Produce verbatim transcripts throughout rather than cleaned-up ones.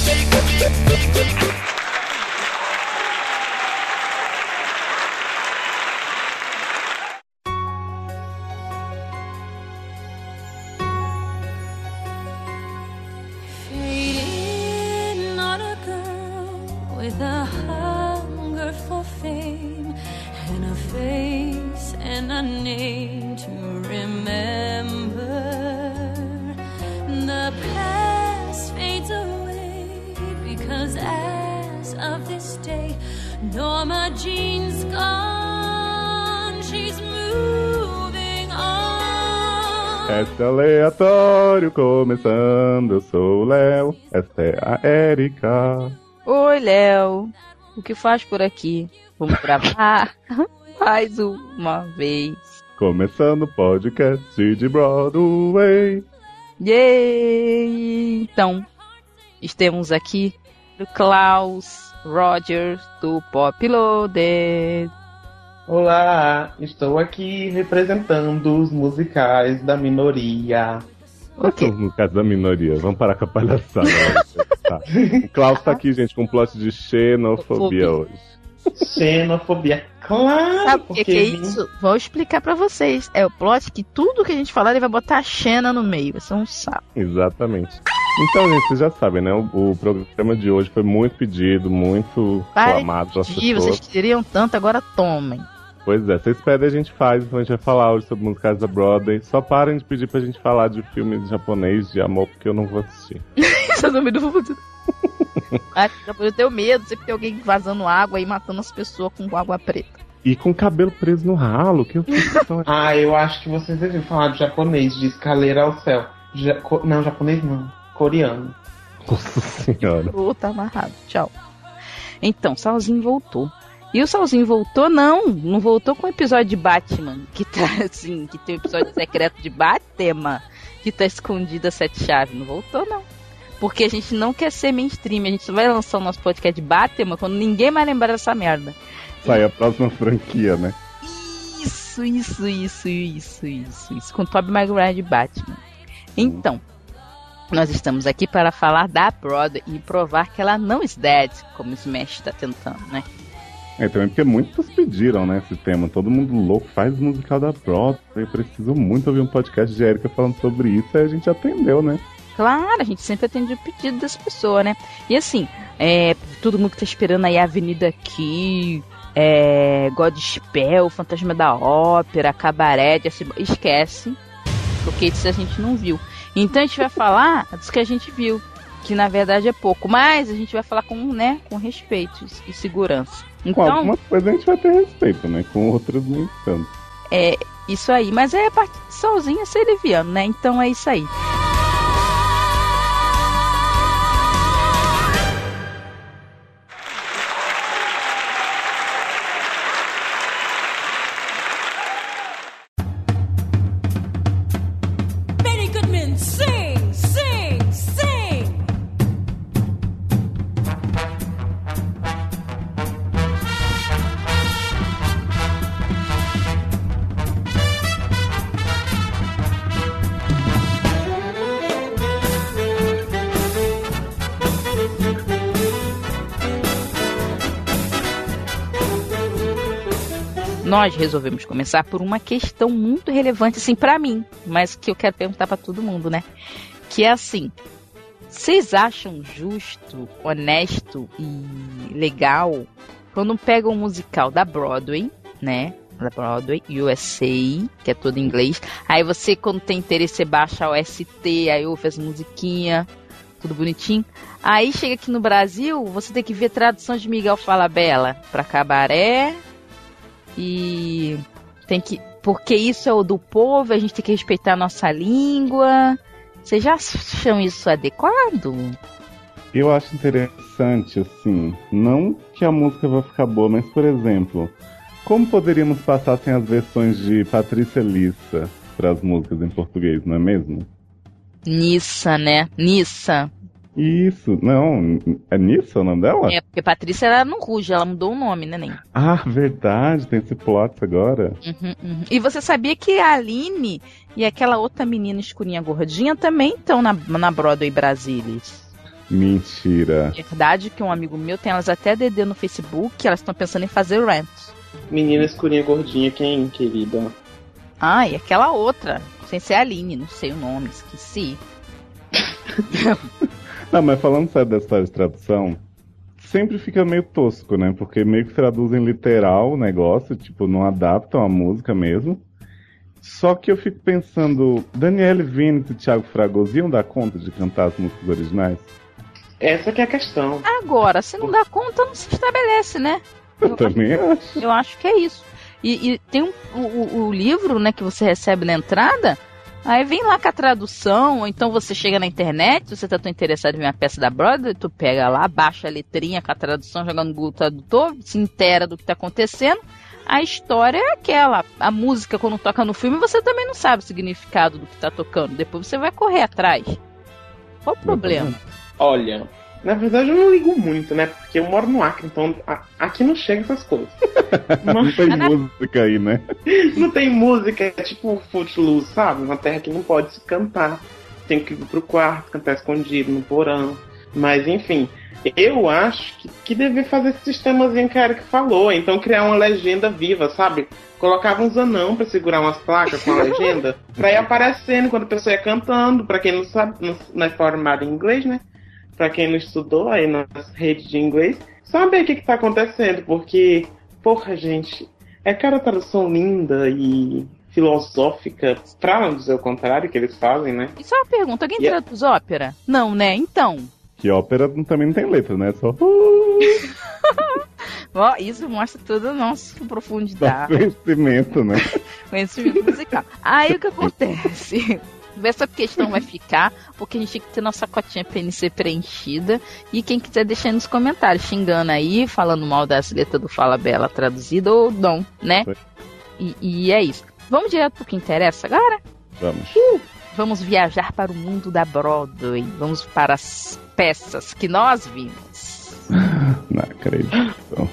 Esse é aleatório começando, eu sou o Léo, esta é a Érica. Oi, Léo, o que faz por aqui? Vamos gravar mais uma vez. Começando o podcast de Broadway. Yay! Então, estamos aqui do Klaus Rogers do Pop Loaded. Olá, estou aqui representando os musicais da minoria. Ok. Os musicais da minoria, vamos parar com a palhaçada. Tá. O Klaus tá aqui, gente, com um plot de xenofobia hoje. Xenofobia, claro! Sabe o que, que é isso? Vou explicar pra vocês. É o plot que tudo que a gente falar ele vai botar a Xena no meio. Vai ser um saco. Exatamente. Então, gente, vocês já sabem, né? O, o programa de hoje foi muito pedido, muito clamado pelas pessoas. Vocês queriam tanto, agora tomem. Pois é, vocês pedem, a gente faz, então a gente vai falar hoje sobre musicais da Broadway. Só parem de pedir pra gente falar de filmes japonês de amor, porque eu não vou assistir. Isso eu não me vou fazer. Eu tenho medo, sempre tem alguém vazando água e matando as pessoas com água preta. E com cabelo preso no ralo, que eu fiz. Ah, eu acho que vocês devem falar de japonês, de Escaleira ao Céu. Ja- co- não, japonês não, coreano. Nossa senhora. Oh, tá amarrado, tchau. Então, Salzinho voltou. E o Salzinho voltou, não, não voltou com o episódio de Batman, que tá assim, que tem o episódio secreto de Batman, que tá escondido a sete chaves. Não voltou, não. Porque a gente não quer ser mainstream, a gente vai lançar o nosso podcast de Batman quando ninguém vai lembrar dessa merda. Sai a próxima franquia, né? Isso, isso, isso, isso, isso, isso, com o Tobey Maguire de Batman. Então, nós estamos aqui para falar da Broadway e provar que ela não is dead, como o Smash está tentando, né? É, também porque muitos pediram, né, esse tema. Todo mundo louco, faz musical da Broadway. Preciso muito ouvir um podcast de Érica falando sobre isso. Aí a gente atendeu, né? Claro, a gente sempre atende o pedido das pessoas, né? E assim, é, todo mundo que tá esperando aí a Avenida aqui, é, Godspell, Fantasma da Ópera, Cabaré, assim, esquece, porque isso a gente não viu. Então a gente vai falar dos que a gente viu, que na verdade é pouco, mas a gente vai falar com, né, com respeito e segurança. Então, com algumas coisas a gente vai ter respeito, né? Com outras nem tanto. É isso aí, mas é a parte de Solzinho ser liviano, né? Então é isso aí. Nós resolvemos começar por uma questão muito relevante, assim, pra mim, mas que eu quero perguntar pra todo mundo, né? Que é assim, vocês acham justo, honesto e legal quando pegam um musical da Broadway, né? Da Broadway, U S A, que é todo em inglês. Aí você, quando tem interesse, você baixa o S T, aí ouve as musiquinhas, tudo bonitinho. Aí chega aqui no Brasil, você tem que ver tradução de Miguel Falabella pra Cabaré. E tem que, porque isso é o do povo, a gente tem que respeitar a nossa língua. Vocês já acham isso adequado? Eu acho interessante, assim, não que a música vai ficar boa, mas, por exemplo, como poderíamos passar sem as versões de Patrícia Lissa para as músicas em português, não é mesmo? Nissa, né? Nissa. Isso, não, é Nissa o nome dela? É, porque Patrícia era no Ruge, ela mudou o nome, né, nem? Ah, verdade, tem esse plot agora. Uhum, uhum. E você sabia que a Aline e aquela outra menina escurinha gordinha também estão na, na Broadway Brasilis? Mentira. Verdade que um amigo meu tem elas até D D no Facebook, elas estão pensando em fazer rant. Menina escurinha gordinha, quem, querida? Ah, e aquela outra, sem ser a Aline, não sei o nome, esqueci. Não, mas falando sério dessa história de tradução, sempre fica meio tosco, né? Porque meio que traduzem literal o negócio, tipo, não adaptam a música mesmo. Só que eu fico pensando, Daniele Vinicius e Thiago Fragoso iam dar conta de cantar as músicas originais? Essa que é a questão. Agora, se não dá conta, não se estabelece, né? Eu, eu também acho, acho. Eu acho que é isso. E, e tem um, o, o livro, né, que você recebe na entrada, aí vem lá com a tradução, ou então você chega na internet, você tá tão interessado em ver uma peça da Broadway, tu pega lá, baixa a letrinha com a tradução, joga no Google Tradutor, se inteira do que tá acontecendo. A história é aquela, a música quando toca no filme, você também não sabe o significado do que tá tocando, depois você vai correr atrás. Qual o problema? Olha, na verdade eu não ligo muito, né? Porque eu moro no Acre, então a, aqui não chega essas coisas. Não tem música aí, né? Não tem música, é tipo Footloose, sabe? Uma terra que não pode se cantar. Tem que ir pro quarto, cantar escondido, no porão. Mas enfim, eu acho que, que deve fazer esse sistemazinho que a Erika falou. Então criar uma legenda viva, sabe? Colocava uns anão pra segurar umas placas com a legenda, pra ir aparecendo quando a pessoa ia cantando. Pra quem não sabe, não, não é formado em inglês, né? Pra quem não estudou aí nas redes de inglês, saber o que que tá acontecendo, porque, porra, gente, é cada tradução linda e filosófica, pra não dizer o contrário que eles fazem, né? E só uma pergunta, alguém Yeah. traduz ópera? Não, né? Então. Que ópera também não tem letra, né? Só... Ó, isso mostra toda a nossa Só profundidade, conhecimento, né? conhecimento musical. Aí o que acontece? Essa questão vai ficar, porque a gente tem que ter nossa cotinha pra ele ser preenchida. E quem quiser deixar aí nos comentários, xingando aí, falando mal das letras do Fala Bela traduzida ou não, né? E, e é isso. Vamos direto pro que interessa agora? Vamos. Uh, vamos viajar para o mundo da Broadway. Vamos para as peças que nós vimos. Não acredito.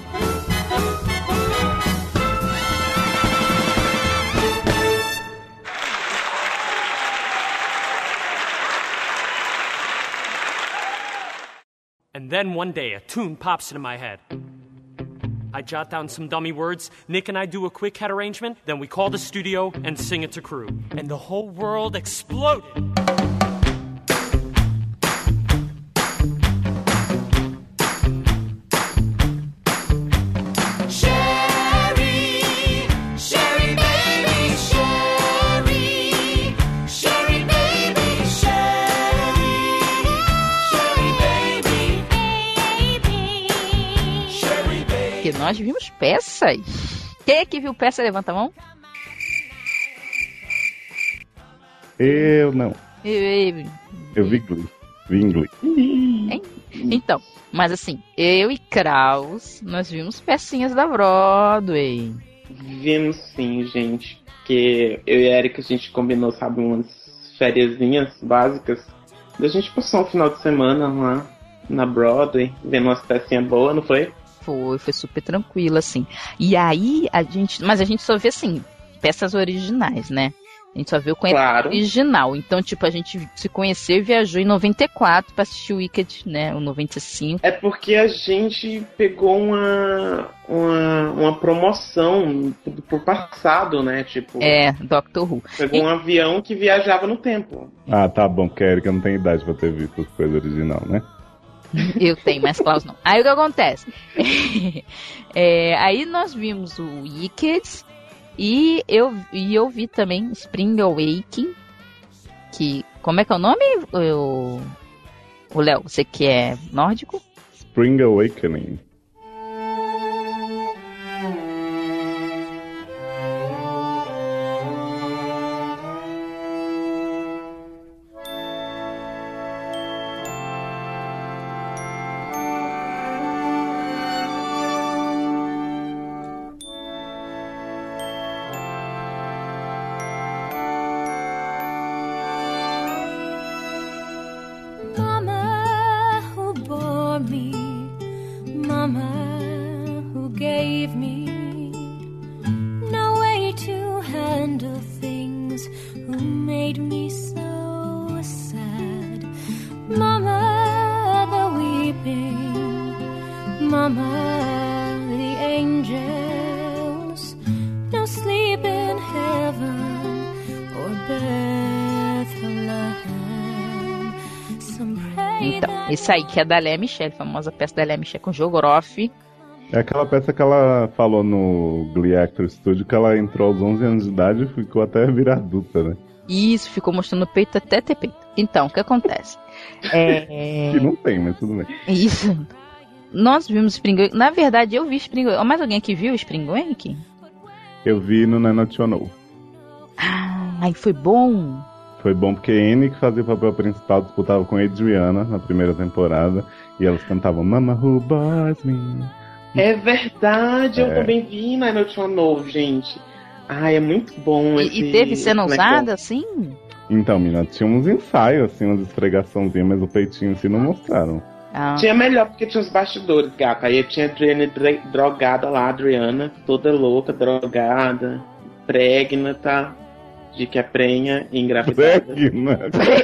And then one day, a tune pops into my head. I jot down some dummy words, Nick and I do a quick head arrangement, then we call the studio and sing it to crew. And the whole world exploded. Porque nós vimos peças. Quem é que viu peça? Levanta a mão. Eu não. Eu, Eu vi Glee. Vi em Glee. Hein? Então, mas assim, eu e Kraus, nós vimos pecinhas da Broadway. Vimos sim, gente. Porque eu e a Erika, a gente combinou, sabe, umas fériasinhas básicas. Da gente passar um final de semana lá na Broadway, vendo umas pecinhas boas, não foi? Foi, foi super tranquilo, assim. E aí, a gente. Mas a gente só vê, assim, peças originais, né? A gente só vê o conhecimento Claro. original. Então, tipo, a gente se conheceu e viajou em noventa e quatro pra assistir o Wicked, né? O noventa e cinco. É porque a gente pegou uma, uma, uma promoção por passado, né? Tipo, É, Doctor Who. pegou E- um avião que viajava no tempo. Ah, tá bom, porque a Erika não tem idade pra ter visto as coisas original, né? Eu tenho, mas Klaus não. Aí o que acontece? É, aí nós vimos o Wicked e eu, e eu vi também Spring Awakening, que... Como é que é o nome? O o Léo, você que é nórdico? Spring Awakening. Mama who bore me, Mama who gave me no way to handle things, who made me so sad. Mama Mama, the angels no sleep in heaven or Bethlehem. Some pray Então, that isso aí que é da Léa Michele, famosa peça da Léa Michele com Jogoroff. É aquela peça que ela falou no Glee Actor Studio que ela entrou aos onze anos de idade e ficou até virar adulta, né? Isso, ficou mostrando o peito até ter peito. Então, o que acontece? É... Que não tem, mas tudo bem. Isso. Nós vimos Spring Break. Na verdade, eu vi Spring Break. Mais alguém aqui viu Spring Break? Eu vi no Nanational. Ah, aí foi bom. Foi bom porque Annie, que fazia o papel principal, disputava com a Adriana na primeira temporada. E elas cantavam Mama Who Bores Me. É verdade, É. eu também vi na Noite Novo, gente. Ai, é muito bom esse... E, e teve cena esse negócio. usada, assim? Então, menina, tinha uns ensaios, assim, umas esfregaçãozinhas, mas o peitinho assim não mostraram. Ah. Tinha melhor porque tinha os bastidores, gata. Aí tinha a Adriana dre- drogada lá, a Adriana, toda louca, drogada, pregna, tá? De que é prenha e engravidada. Pregna.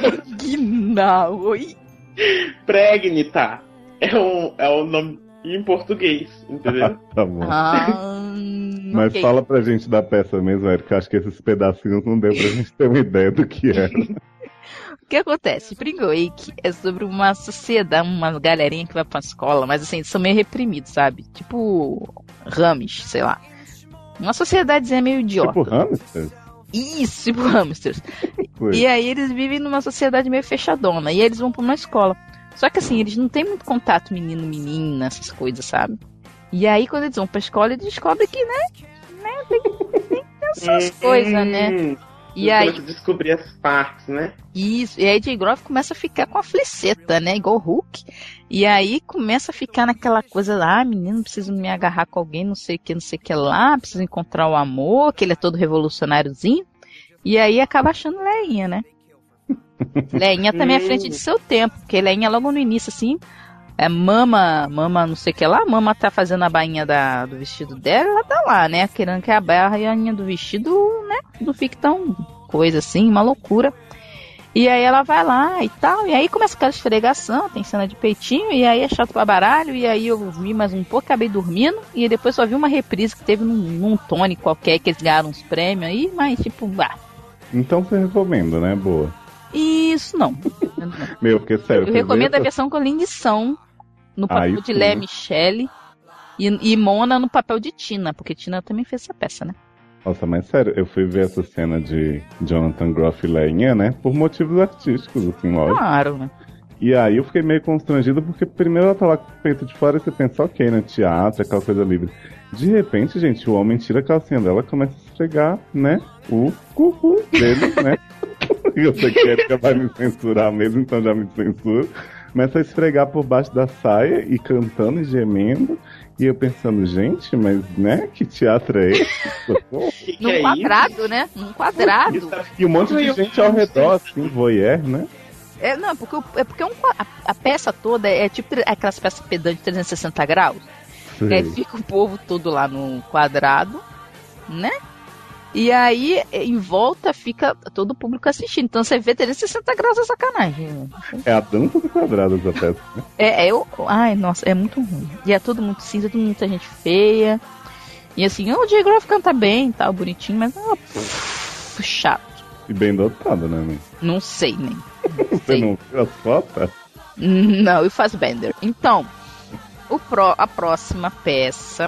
Pregna, oi. Pregne, tá? É um, é um nome em português, entendeu? Tá bom. Ah, Mas ok. fala pra gente da peça mesmo, Eric, que eu acho que esses pedacinhos não deu pra gente ter uma ideia do que era. O que acontece? Spring Break é sobre uma sociedade, uma galerinha que vai pra escola, mas assim, eles são meio reprimidos, sabe? Tipo Rames, sei lá. Uma sociedadezinha meio idiota. Tipo hamster? Isso, tipo hamsters. Foi. E aí eles vivem numa sociedade meio fechadona. E aí eles vão pra uma escola. Só que assim, eles não têm muito contato menino-menina, essas coisas, sabe? E aí quando eles vão pra escola, eles descobrem que, né? né tem, tem essas coisas, né? Hum, E aí, começa a descobrir as partes, né? isso, e aí Jay Groff começa a ficar com a fleceta, né? Igual o Hulk. E aí começa a ficar naquela coisa lá, ah, menino, preciso me agarrar com alguém, não sei o que, não sei o que lá, preciso encontrar o amor, que ele é todo revolucionáriozinho. E aí acaba achando Leinha, né? Leinha também é à frente de seu tempo, porque Leinha logo no início, assim, é mama, mama não sei o que lá, mama tá fazendo a bainha da, do vestido dela, ela tá lá, né? Querendo que a bainha do vestido, né, não fique tão coisa assim, uma loucura. E aí ela vai lá e tal, e aí começa aquela esfregação, tem cena de peitinho, e aí é chato pra baralho, e aí eu vi mais um pouco, acabei dormindo, e depois só vi uma reprise que teve num, num Tony qualquer, que eles ganharam uns prêmios aí, mas tipo, ah, Então você recomenda, né? Boa. isso não. Meu, porque sério. Eu você recomendo vê a versão com lindição, no papel Aí de sim, Léa né? Michele, e, e Mona no papel de Tina, porque Tina também fez essa peça, né? Nossa, mas sério, eu fui ver essa cena de Jonathan Groff e Leinha, né? Por motivos artísticos, assim, lógico. Claro, né? E aí eu fiquei meio constrangido porque primeiro ela tá lá com o peito de fora e você pensa, ok, né? Teatro, aquela coisa livre. De repente, gente, o homem tira a calcinha dela e começa a esfregar, né? O cu dele, né? E eu sei que ele vai me censurar mesmo, então já me censura. Começa a esfregar por baixo da saia e cantando e gemendo. E eu pensando, gente, mas, né? Que teatro é esse? Que que Num é quadrado, né? Num quadrado. isso? Isso- E um monte de gente ao redor, assim, voyeur, né? É, não, porque, o- é porque um qua- a, a peça toda é tipo tre- aquelas peças pedantes de trezentos e sessenta graus. E aí fica o povo todo lá no quadrado, né? E aí, em volta, fica todo o público assistindo. Então você vê trezentos e sessenta graus, é sacanagem. É a dança do quadrado essa peça, né? É, é eu. Ai, nossa, é muito ruim. E é tudo muito cinza, tudo muita gente feia. E assim, o Jay Groff canta bem, tal, bonitinho, mas ah, pff, chato. E bem dotado, né, amigo? Não sei nem. Não Você sei. não viu as fotos? Não, e faz Bender. Então, o pró, a próxima peça.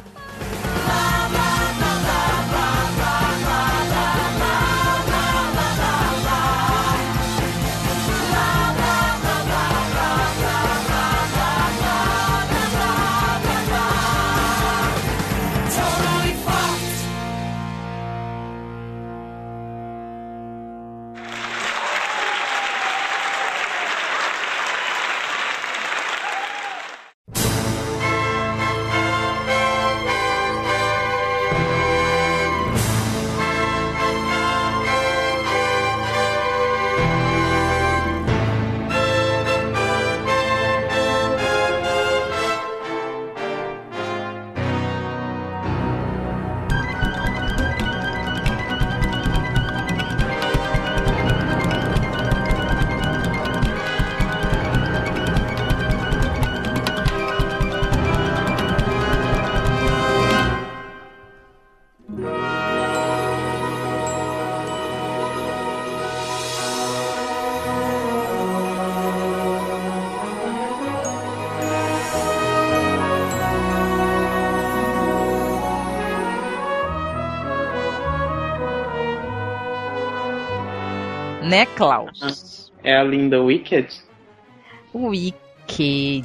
Né, Klaus? É a linda Wicked? Wicked.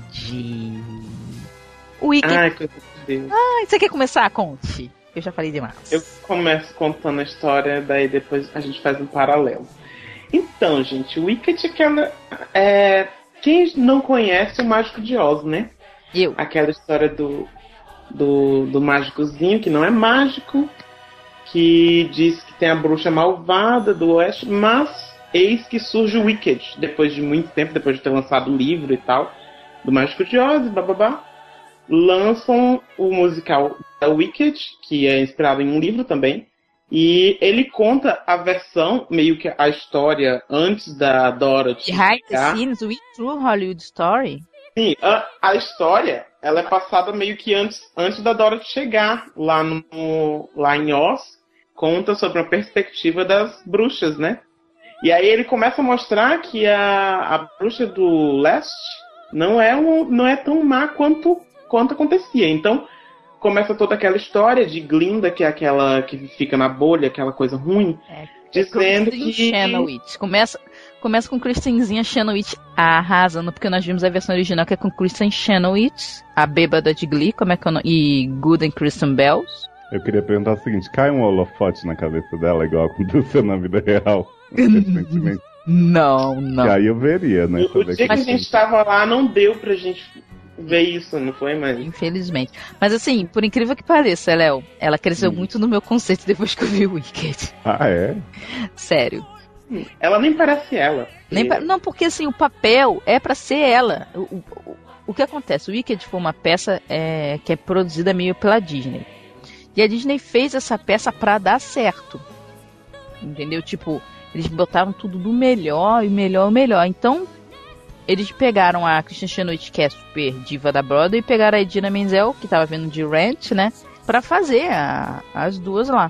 Wicked. Ai, coisa de Deus. Ai, você quer começar? Conte. Eu já falei demais. Eu começo contando a história, daí depois a gente faz um paralelo. Então, gente, o Wicked é aquela... É, quem não conhece o Mágico de Oz, né? Eu. Aquela história do, do, do mágicozinho, que não é mágico, que diz que tem a bruxa malvada do oeste, mas eis que surge o Wicked, depois de muito tempo, depois de ter lançado o livro e tal, do Mágico de Oz, bababá. Lançam o musical The Wicked, que é inspirado em um livro também, e ele conta a versão, meio que a história antes da Dorothy. Behind the chegar. scenes, We True Hollywood Story. Sim, a, a história, ela é passada meio que antes, antes da Dorothy chegar lá, no, lá em Oz, conta sobre a perspectiva das bruxas, né? E aí ele começa a mostrar que a, a bruxa do leste não é, um, não é tão má quanto quanto acontecia. Então, começa toda aquela história de Glinda, que é aquela que fica na bolha, aquela coisa ruim, É, dizendo Kristen que... Chenoweth. Começa, começa com Kristenzinha Chenoweth arrasando, porque nós vimos a versão original que é com Kristen Chenoweth, a bêbada de Glee, como é que eu não... e Good and Kristen Bells. Eu queria perguntar o seguinte, cai um holofote na cabeça dela, igual aconteceu na vida real, recentemente? Não, não. E aí eu veria, né? O, o saber dia que a que- gente tava lá, não deu pra gente ver isso, não foi? Mas Infelizmente. Mas assim, por incrível que pareça, Léo, ela cresceu Hum. muito no meu conceito depois que eu vi o Wicked. Ah, é? Sério. ela nem parece ela. Nem pa- Não, porque assim, o papel é pra ser ela. O, o, o- o que acontece? O Wicked foi uma peça é, que é produzida meio pela Disney. E a Disney fez essa peça pra dar certo. Entendeu? Tipo, eles botaram tudo do melhor e melhor e melhor. Então, eles pegaram a Kristen Chenoweth, que é super diva da Broadway, e pegaram a Idina Menzel, que tava vendo de Rent, né? Pra fazer a- as duas lá.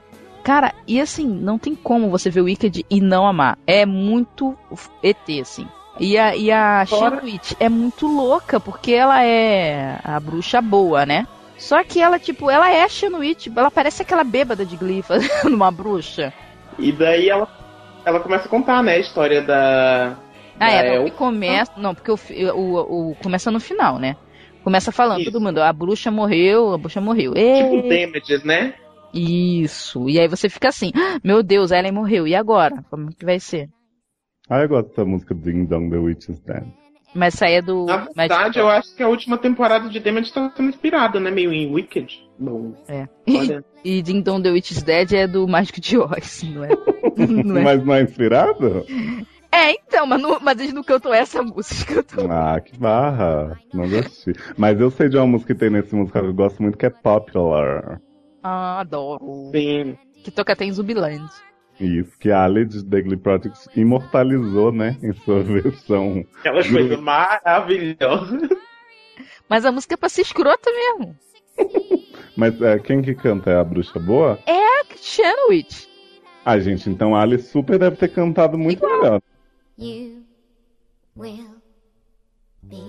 Cara, e assim, não tem como você ver o Wicked e não amar. É muito E T, assim. E a, e a Fora- Chenoweth é muito louca, porque ela é a bruxa boa, né? Só que ela, tipo, ela é a Chenoweth, ela parece aquela bêbada de Glee fazendo uma bruxa. E daí ela, ela começa a contar, né, a história da... Ah, da é, não, Elsa. que começa. Não, porque o, fi- o, o- começa no final, né? Começa falando, Isso. todo mundo, a bruxa morreu, a bruxa morreu. Tipo Ê! Damages, né? Isso. E aí você fica assim, "Ah, meu Deus, a Ellen morreu, e agora? Como que vai ser? Ah, eu gosto da música Ding Dong, The Witch is Dead. Mas isso aí é do. Na Magic verdade, eu acho que a última temporada de Damages tá sendo inspirada, né? Meio em Wicked. Bom, É. olha... E Ding Dong The Witch is Dead é do Mágico de Oz, não é? Não é? Mas não é inspirado? É, então, mas, não, mas eles não cantam essa música. Cantam... Ah, que barra. Não gostei. Mas eu sei de uma música que tem nesse musical que eu gosto muito, que é Popular. Ah, adoro. Sim. Que toca até em Zumbiland. Isso, que a Ali de The Glee Project imortalizou, né? Em sua versão. Aquela coisa maravilhosa. Mas a música é pra ser escrota mesmo. Mas é, quem que canta é a bruxa boa? É a Chenoweth. Ah, gente, então a Ali super deve ter cantado muito melhor. You will be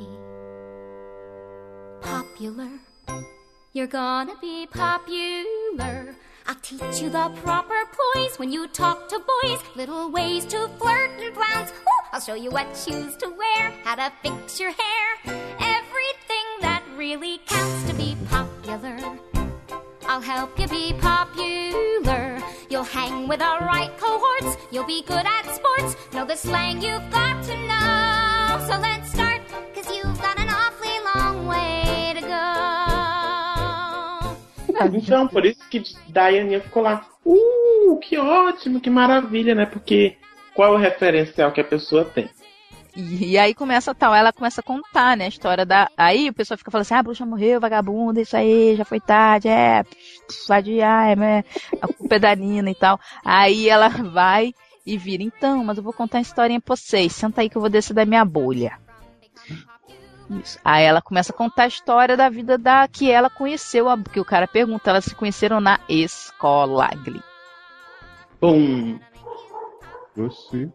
popular. You're gonna be popular. I'll teach you the proper poise when you talk to boys. Little ways to flirt and flounce. Ooh, I'll show you what shoes to wear, how to fix your hair. Everything that really counts to be popular. I'll help you be popular. You'll hang with the right cohorts. You'll be good at sports. Know the slang you've got to know. So let's start, 'cause you've got an awfully long way to go. Então, por isso que Diane ficou lá. Uh, que ótimo, que maravilha, né? Porque qual é o referencial que a pessoa tem? E, e aí começa tal, ela começa a contar, né, a história da... Aí o pessoal fica falando assim, ah, a bruxa morreu, vagabunda, isso aí, já foi tarde, é, vai de ai, é, a culpa é da Nina e tal. Aí ela vai e vira, então, mas eu vou contar uma historinha pra vocês, senta aí que eu vou descer da minha bolha. Isso. Aí ela começa a contar a história da vida da que ela conheceu, a, porque o cara pergunta, elas se conheceram na escola Glee. Bum. Gostei.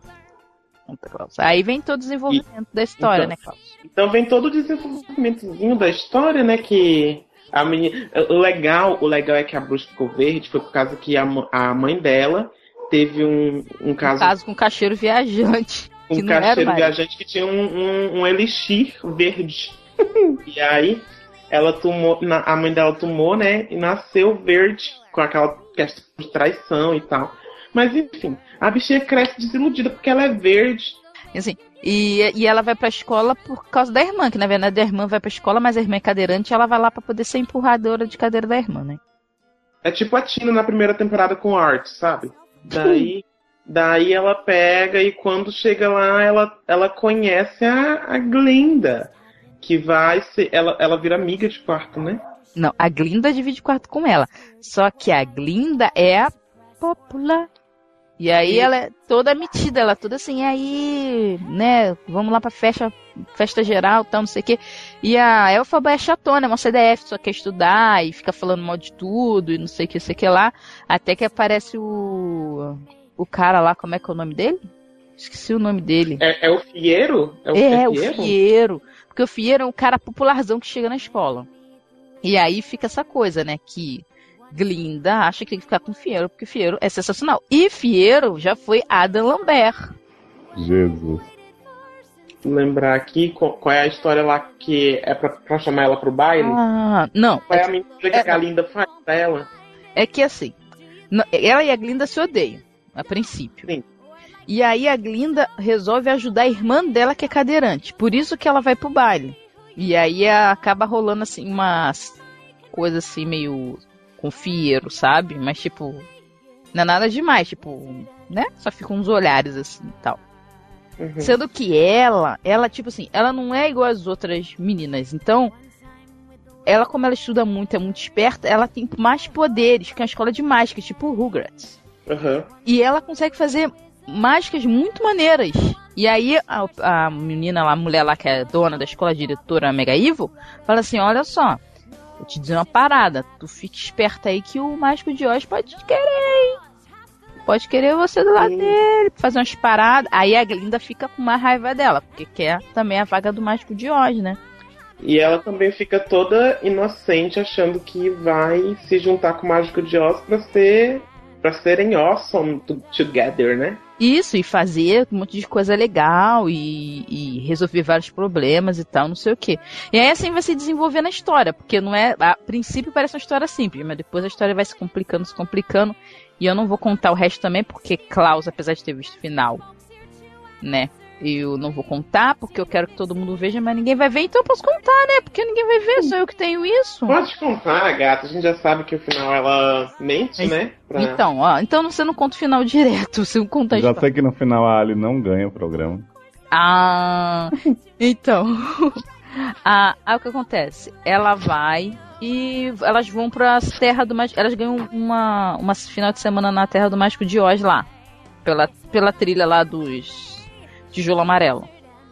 Aí vem todo o desenvolvimento e... da história, então, né, Klaus? Então vem todo o desenvolvimentozinho da história, né? Que a menina. O legal, o legal é que a bruxa ficou verde foi por causa que a, a mãe dela teve um, um caso... Um caso com um caixeiro viajante. Um que não era caixeiro mais. viajante que tinha um, um, um elixir verde. E aí, ela tomou, a mãe dela tomou, né? E nasceu verde, com aquela questão de traição e tal. Mas enfim, a bichinha cresce desiludida porque ela é verde. Assim, e, e ela vai pra escola por causa da irmã, que na verdade a irmã vai pra escola, mas a irmã é cadeirante e ela vai lá pra poder ser empurradora de cadeira da irmã, né? É tipo a Tina na primeira temporada com Art, sabe? Daí, daí ela pega e quando chega lá, ela, ela conhece a, a Glinda, que vai ser... Ela, ela vira amiga de quarto, né? Não, a Glinda divide quarto com ela. Só que a Glinda é a popular. E aí ela é toda metida, ela é toda assim, aí, né, vamos lá pra festa, festa geral, tal, não sei o quê. E a Elphaba é chatona, é uma C D F, só quer estudar e fica falando mal de tudo e não sei o que, não sei o que lá. Até que aparece o o cara lá, como é que é o nome dele? Esqueci o nome dele. É, é o Fieiro? É, o, é, o Fieiro. Porque o Fieiro é um cara popularzão que chega na escola. E aí fica essa coisa, né, que Glinda acha que tem que ficar com o Fieiro, porque o Fieiro é sensacional. E Fieiro já foi Adam Lambert. Jesus. Lembrar aqui qual é a história lá que é pra, pra chamar ela pro baile? Ah, não. Qual é, é a mentira que é, a Glinda faz pra ela? É que assim, ela e a Glinda se odeiam, a princípio. Sim. E aí a Glinda resolve ajudar a irmã dela que é cadeirante. Por isso que ela vai pro baile. E aí acaba rolando assim umas coisas assim meio com Fieiro, sabe? Mas tipo, não é nada demais, tipo, né? Só ficam uns olhares assim e tal. Uhum. Sendo que ela, ela tipo assim, ela não é igual às outras meninas. Então, ela como ela estuda muito, é muito esperta, ela tem mais poderes que a escola de mágica, tipo Rugrats. Uhum. E ela consegue fazer mágicas muito maneiras. E aí a, a menina lá, a mulher lá que é dona da escola, a diretora Mega Evil, fala assim, olha só, vou te dizer uma parada, tu fica esperta aí que o Mágico de Oz pode te querer, hein? Pode querer você do lado Sim. dele, fazer umas paradas. Aí a Glinda fica com uma raiva dela, porque quer também a vaga do Mágico de Oz, né? E ela também fica toda inocente, achando que vai se juntar com o Mágico de Oz pra ser... pra serem awesome together, né? Isso, e fazer um monte de coisa legal e, e resolver vários problemas e tal, não sei o quê. E aí assim vai se desenvolvendo a história, porque não é, a princípio parece uma história simples, mas depois a história vai se complicando, se complicando, e eu não vou contar o resto também, porque Klaus, apesar de ter visto o final, né, eu não vou contar, porque eu quero que todo mundo veja, mas ninguém vai ver, então eu posso contar, né, porque ninguém vai ver, sou eu que tenho isso. Pode contar, gata, a gente já sabe que o final ela mente, mas, né? Pra... Então, ó, então você não conta o final direto, você não conta a Já história. sei que no final a Ali não ganha o programa. Ah, então, ah, aí o que acontece? Ela vai e elas vão pra Terra do Mágico, elas ganham uma, uma final de semana na Terra do Mágico de Oz lá, pela, pela trilha lá dos Tijolo Amarelo.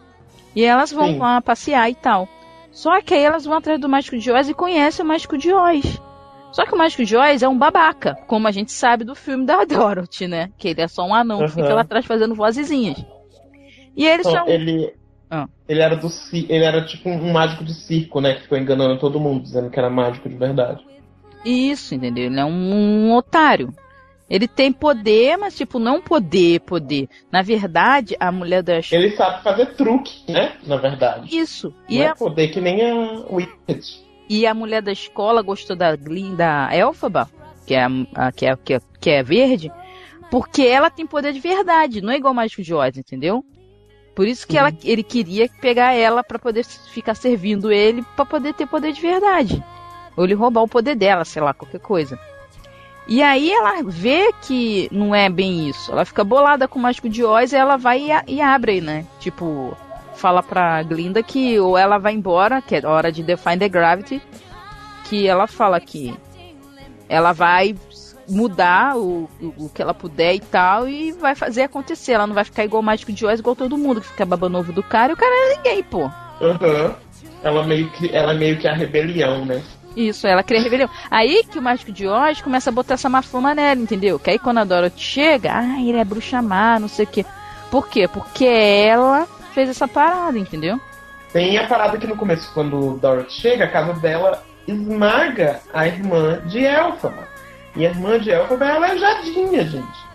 E elas vão Sim. lá passear e tal. Só que aí elas vão atrás do Mágico de Oz e conhecem o Mágico de Oz. Só que o Mágico de Oz é um babaca, como a gente sabe do filme da Dorothy, né? Que ele é só um anão uhum. que fica lá atrás fazendo vozezinhas. E eles então, são... Ele, ah. ele, era do, ele era tipo um mágico de circo, né? Que ficou enganando todo mundo, dizendo que era mágico de verdade. Isso, entendeu? Ele é um, um otário. Ele tem poder, mas tipo, não poder, poder. Na verdade, a mulher da... Ele sabe fazer truque, né? Na verdade. Isso. Não e é a... poder que nem a Wicked. E a mulher da escola gostou da Glinda Elphaba, que é, a, que, é, que, é, que é verde, porque ela tem poder de verdade, não é igual o Mágico de Oz, entendeu? Por isso que uhum. ela, ele queria pegar ela pra poder ficar servindo ele, pra poder ter poder de verdade. Ou ele roubar o poder dela, sei lá, qualquer coisa. E aí ela vê que não é bem isso. Ela fica bolada com o Mágico de Oz e ela vai e, a, e abre, né? Tipo, fala pra Glinda que ou ela vai embora, que é hora de Define the Gravity, que ela fala que ela vai mudar o, o, o que ela puder e tal, e vai fazer acontecer. Ela não vai ficar igual o Mágico de Oz, igual todo mundo, que fica babando ovo do cara, e o cara é ninguém, pô. Uhum. Ela meio que, ela meio que é a rebelião, né? Isso, ela cria rebelião. Aí que o Mágico de Oz começa a botar essa má fama nela, entendeu? Que aí quando a Dorothy chega, ah, ele é bruxa má, não sei o quê. Por quê? Porque ela fez essa parada, entendeu? Tem a parada que no começo, quando Dorothy chega, a casa dela esmaga a irmã de Elphaba. E a irmã de Elphaba é aleijadinha, gente.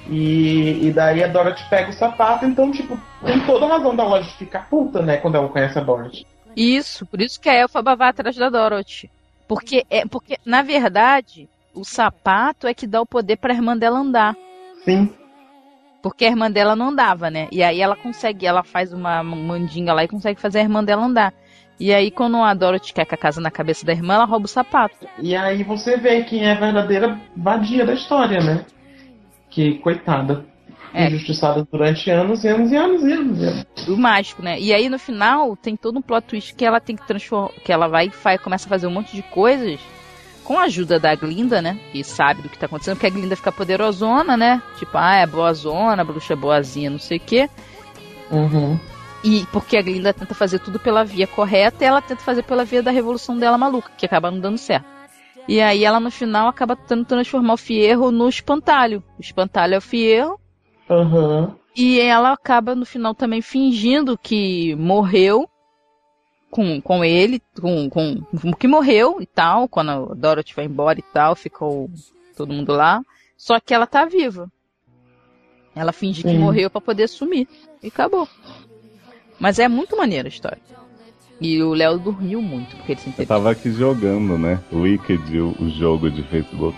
E, e daí a Dorothy pega o sapato, então, tipo, tem toda a razão da loja ficar puta, né, quando ela conhece a Dorothy. Isso, por isso que a Elphaba vai atrás da Dorothy. Porque, é, porque, na verdade, o sapato é que dá o poder pra irmã dela andar. Sim. Porque a irmã dela não andava, né? E aí ela consegue, ela faz uma mandinga lá e consegue fazer a irmã dela andar. E aí quando a Dorothy quer com a casa na cabeça da irmã, ela rouba o sapato. E aí você vê quem é a verdadeira vadia da história, né? Que, coitada, É. injustiçada durante anos e anos e anos e anos. e anos. Do mágico, né? E aí no final tem todo um plot twist que ela tem que transformar, que ela vai e faz, começa a fazer um monte de coisas com a ajuda da Glinda, né? Que sabe do que tá acontecendo, porque a Glinda fica poderosona, né? Tipo, ah, é boazona, bruxa boazinha, não sei o quê. Uhum. E porque a Glinda tenta fazer tudo pela via correta e ela tenta fazer pela via da revolução dela maluca, que acaba não dando certo. E aí ela no final acaba tentando transformar o Fierro no espantalho. O espantalho é o Fierro. Uhum. E ela acaba no final também fingindo que morreu com, com ele, com, com que morreu e tal, quando a Dorothy vai embora e tal, ficou todo mundo lá. Só que ela tá viva. Ela finge que Sim. morreu pra poder sumir. E acabou. Mas é muito maneira a história. E o Léo dormiu muito, porque ele se Eu entendeu. tava aqui jogando, né? Wicked, o, o jogo de Facebook.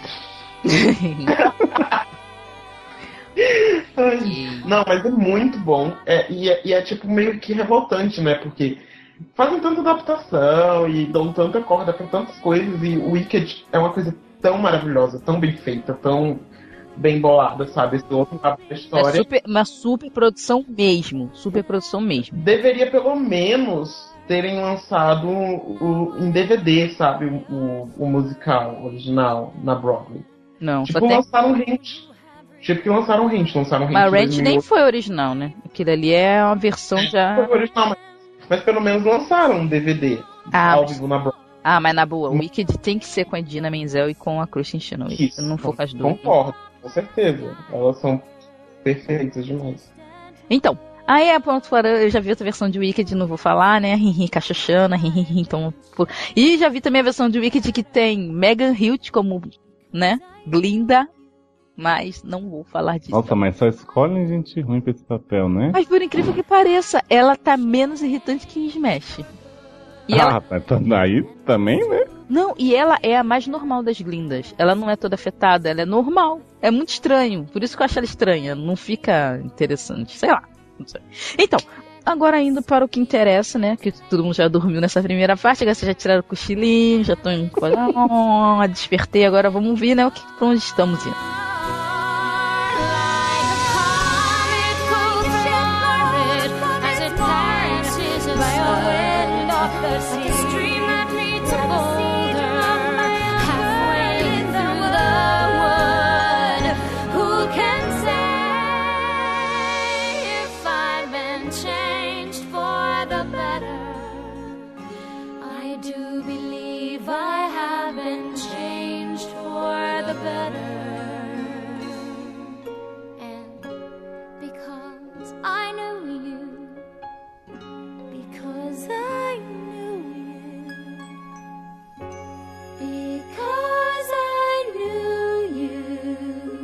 Ai, não, mas é muito bom. É, e, é, e é tipo meio que revoltante, né? Porque fazem tanta adaptação e dão tanta corda pra tantas coisas. E o Wicked é uma coisa tão maravilhosa, tão bem feita, tão bem bolada, sabe? Esse outro lado da É história. super, uma super produção mesmo. Super produção mesmo. Deveria pelo menos terem lançado o, em D V D, sabe? O, o, o musical original na Broadway. Não, Tipo, só tem... lançaram um Hint. Tipo que lançaram um Hint, lançaram um Hint. Mas em Ranch dois mil e nem oito. foi original, né? Aquilo ali é uma versão já... Foi original, mas, mas pelo menos lançaram um D V D Ah, ao mas- vivo na Broadway. Ah, mas na boa, o Wicked tem que ser com a Idina Menzel e com a Kristen Chenoweth. Isso, Se não for com as duas. concordo, com certeza. Elas são perfeitas demais. Então, aí a ponto fora, eu já vi outra versão de Wicked, não vou falar, né? Rinrin cachaçana, rinrin, então. pô. E já vi também a versão de Wicked que tem Megan Hilt como, né? Glinda, mas não vou falar disso. Nossa, mas só escolhem gente ruim pra esse papel, né? Mas por incrível que pareça, ela tá menos irritante que em Smash. E ah, ela, mas tá aí também, né? não, e ela é a mais normal das Glindas. Ela não é toda afetada, ela é normal. É muito estranho. Por isso que eu acho ela estranha. Não fica interessante. Sei lá. Não sei. Então, agora indo para o que interessa, né? Que todo mundo já dormiu nessa primeira parte. Agora vocês já tiraram o cochilinho, já estão em coisa. Oh, despertei. Agora vamos ver, né? O que, pra onde estamos indo. I do believe I have been changed for the better. And because I knew you, because I knew you, because I knew you,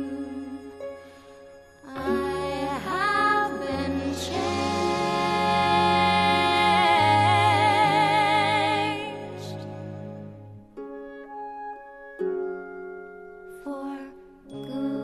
I have been changed for good.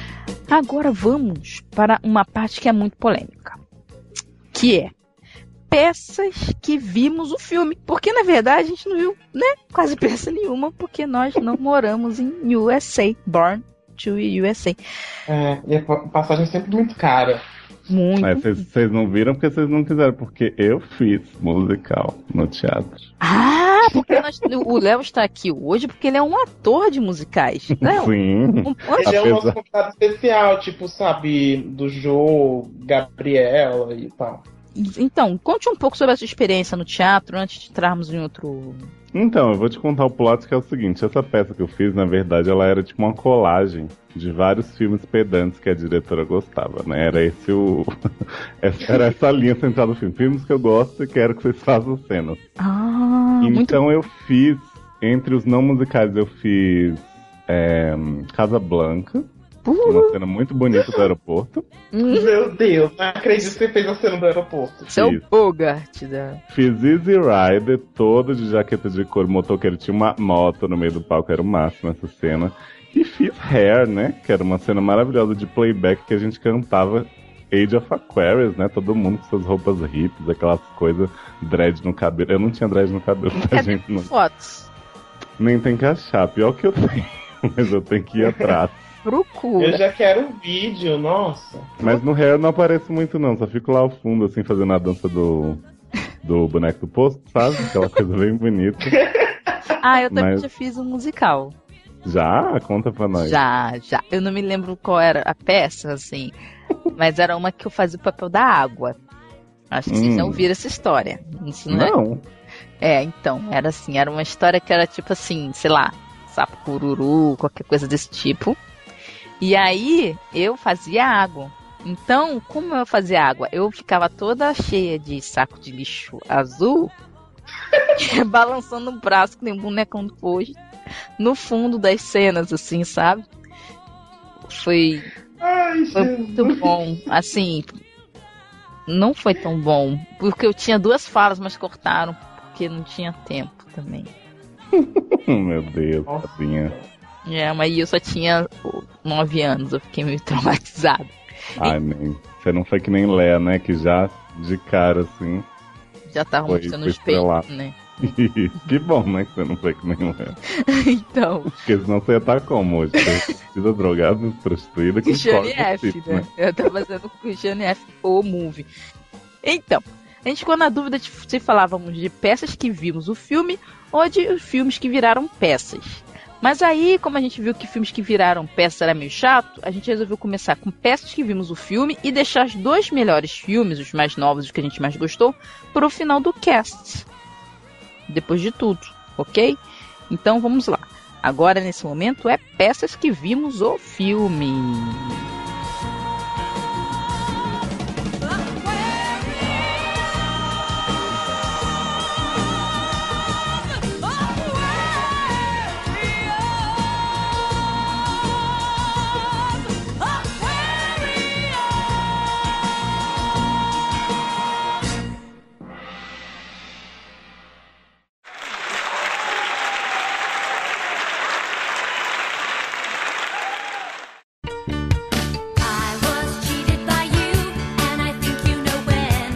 Agora vamos para uma parte que é muito polêmica. Que é peças que vimos o filme. Porque, na verdade, a gente não viu, né, quase peça nenhuma, porque nós não moramos em U S A. Born to U S A. É, e a passagem é sempre muito cara. Muito. Mas vocês não viram porque vocês não quiseram, porque eu fiz musical no teatro. Ah, porque nós, o Léo está aqui hoje porque ele é um ator de musicais. Léo, Sim. Um, Ele é o nosso Apesar- convidado especial, tipo, sabe, do Jô, Gabriela e tal. então, conte um pouco sobre a sua experiência no teatro antes de entrarmos em outro. Então, eu vou te contar o plot, que é o seguinte: essa peça que eu fiz, na verdade, ela era tipo uma colagem de vários filmes pedantes que a diretora gostava, né? Era esse o... essa- era essa linha central do filme. Filmes que eu gosto e quero que vocês façam cenas. Ah, muito. Então eu fiz, entre os não musicais, eu fiz é, Casablanca, uma cena muito bonita do aeroporto. Hum, Meu Deus, não acredito que você fez a cena do aeroporto. seu Isso. Bogart da. Fiz Easy Rider, todo de jaqueta de couro, motoqueiro, tinha uma moto no meio do palco, era o máximo essa cena. E fiz Hair, né, que era uma cena maravilhosa de playback que a gente cantava Age of Aquarius, né, todo mundo com suas roupas hippies, aquelas coisas, dread no cabelo. Eu não tinha dread no cabelo, tá, Cadê gente? Não, fotos? nem tem que achar, pior que eu tenho, mas eu tenho que ir atrás. Procura. Eu já quero um vídeo, nossa. Mas no Hair eu não apareço muito não, só fico lá ao fundo, assim, fazendo a dança do, do boneco do posto, sabe? Aquela coisa bem bonita. Ah, eu também Mas- já fiz um musical. Já? Conta pra nós. Já, já. Eu não me lembro qual era a peça, assim. Mas era uma que eu fazia o papel da água. Acho que vocês Hum. já ouviram essa história. Isso não é? Não. É, então, era assim, era uma história que era tipo assim, sei lá, sapo cururu, qualquer coisa desse tipo. E aí eu fazia água. Então, como eu fazia água? Eu ficava toda cheia de saco de lixo azul, balançando o braço que nem um bonecão do posto, no fundo das cenas, assim, sabe? Foi, Ai, foi muito Jesus. bom. Assim, não foi tão bom, porque eu tinha duas falas, mas cortaram, porque não tinha tempo também. Meu Deus, Nossa. tadinha. É, mas eu só tinha nove anos, eu fiquei meio traumatizada. Ai, nem. Você não foi que nem Léa, né? Que já de cara, assim. Já tava Foi- mostrando foi os peitos, estrelado. né? Que bom, né? Que você não foi que nem Léa. Então, Porque senão você ia estar como hoje? Precisa drogada, prostituída, com Cristiane corpo F, tipo, né? Eu tava fazendo Cristiane F, o movie. Então, a gente ficou na dúvida de se falávamos de peças que vimos o filme ou de filmes que viraram peças. Mas aí, como a gente viu que filmes que viraram peças era meio chato, a gente resolveu começar com peças que vimos o filme e deixar os dois melhores filmes, os mais novos, os que a gente mais gostou, para o final do cast. Depois de tudo, ok? Então vamos lá. Agora, nesse momento, é peças que vimos o filme. I was cheated by you, and I think you know when.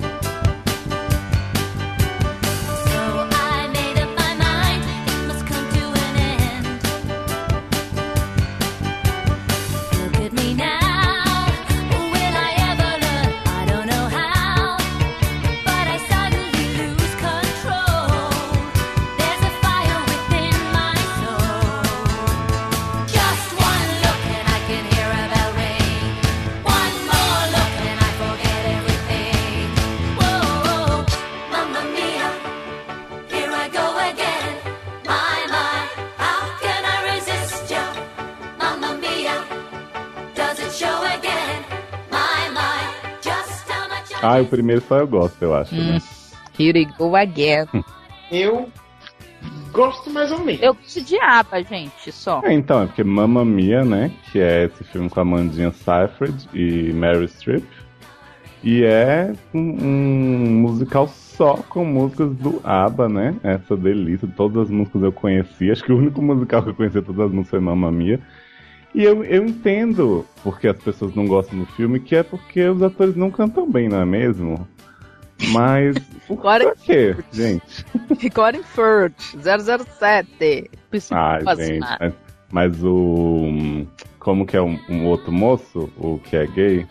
So I made up my mind, it must come to an end. Look at me now, will I ever learn? I don't know how, but I suddenly lose control. There's a fire within my soul. Just one look and I can hear a bell ring. One more look and I forget everything. Whoa, mamma mia, here I go again. My, my, how can I resist you? Mamma mia, does it show again? My, my, just how much I Ah, o primeiro só eu gosto, eu acho, né? Here we go again. Eu gosto mais ou menos. Eu gosto de aba, gente, só. É, então, é porque Mamma Mia, né? Que é esse filme com a Amandinha Seyfried e Meryl Streep. E é um, um musical só com músicas do ABBA, né? Essa delícia, todas as músicas eu conheci. Acho que o único musical que eu conhecia todas as músicas foi Mamma Mia. E eu, eu entendo porque as pessoas não gostam do filme, que é porque os atores não cantam bem, não é mesmo? Mas Agora- por quê, gente? Recording First, zero zero sete. Ai, Faz- gente, mas, mas o... Como que é um, um outro moço, o que é gay?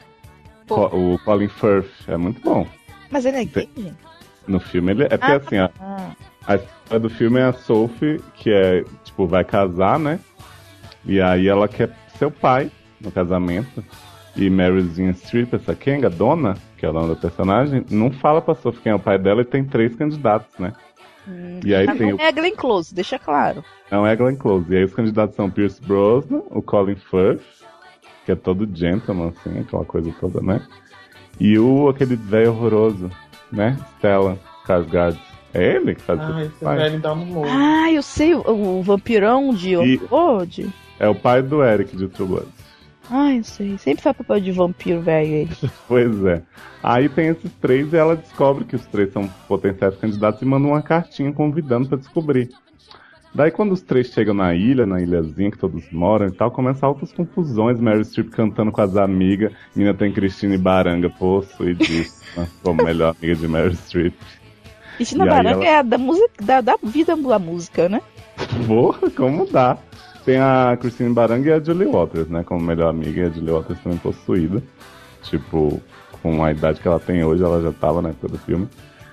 Pô. Co- o Colin Firth, é muito bom. Mas ele é gay, gente? No filme ele é porque Ah, assim, a, Ah, a história do filme é a Sophie, que é, tipo, vai casar, né? E aí ela quer ser o pai no casamento. E Meryl Streep, essa Kenga, dona, que é o nome da personagem, não fala pra Sophie quem é o pai dela e tem três candidatos, né? E aí mas tem não o... é Glenn Close, deixa claro. Não é Glenn Close. E aí os candidatos são Pierce Brosnan, o Colin Firth, que é todo gentleman, assim, aquela coisa toda, né? E o aquele velho horroroso, né? Stellan Skarsgård. É ele que faz Ai, o esse pai. velho dá no morro. Ah, eu sei, o, o vampirão de E- Old. É o pai do Eric de True Blood. Ah, eu sei. Sempre faz papel de vampiro, velho, ele. Pois é. Aí tem esses três e ela descobre que os três são potenciais candidatos e manda uma cartinha convidando pra descobrir. Daí quando os três chegam na ilha, na ilhazinha que todos moram e tal, começam altas confusões, Meryl Streep cantando com as amigas, e ainda tem Cristina Baranga, poço e disso, né, como melhor amiga de Meryl Streep. Cristina E aí Baranga ela- é da, música, da, da vida da música, né? Porra, como dá? Tem a Christine Baranga e a Julie Waters, né? Como melhor amiga, e a Julie Waters também possuída. Tipo, com a idade que ela tem hoje, ela já tava na época do filme.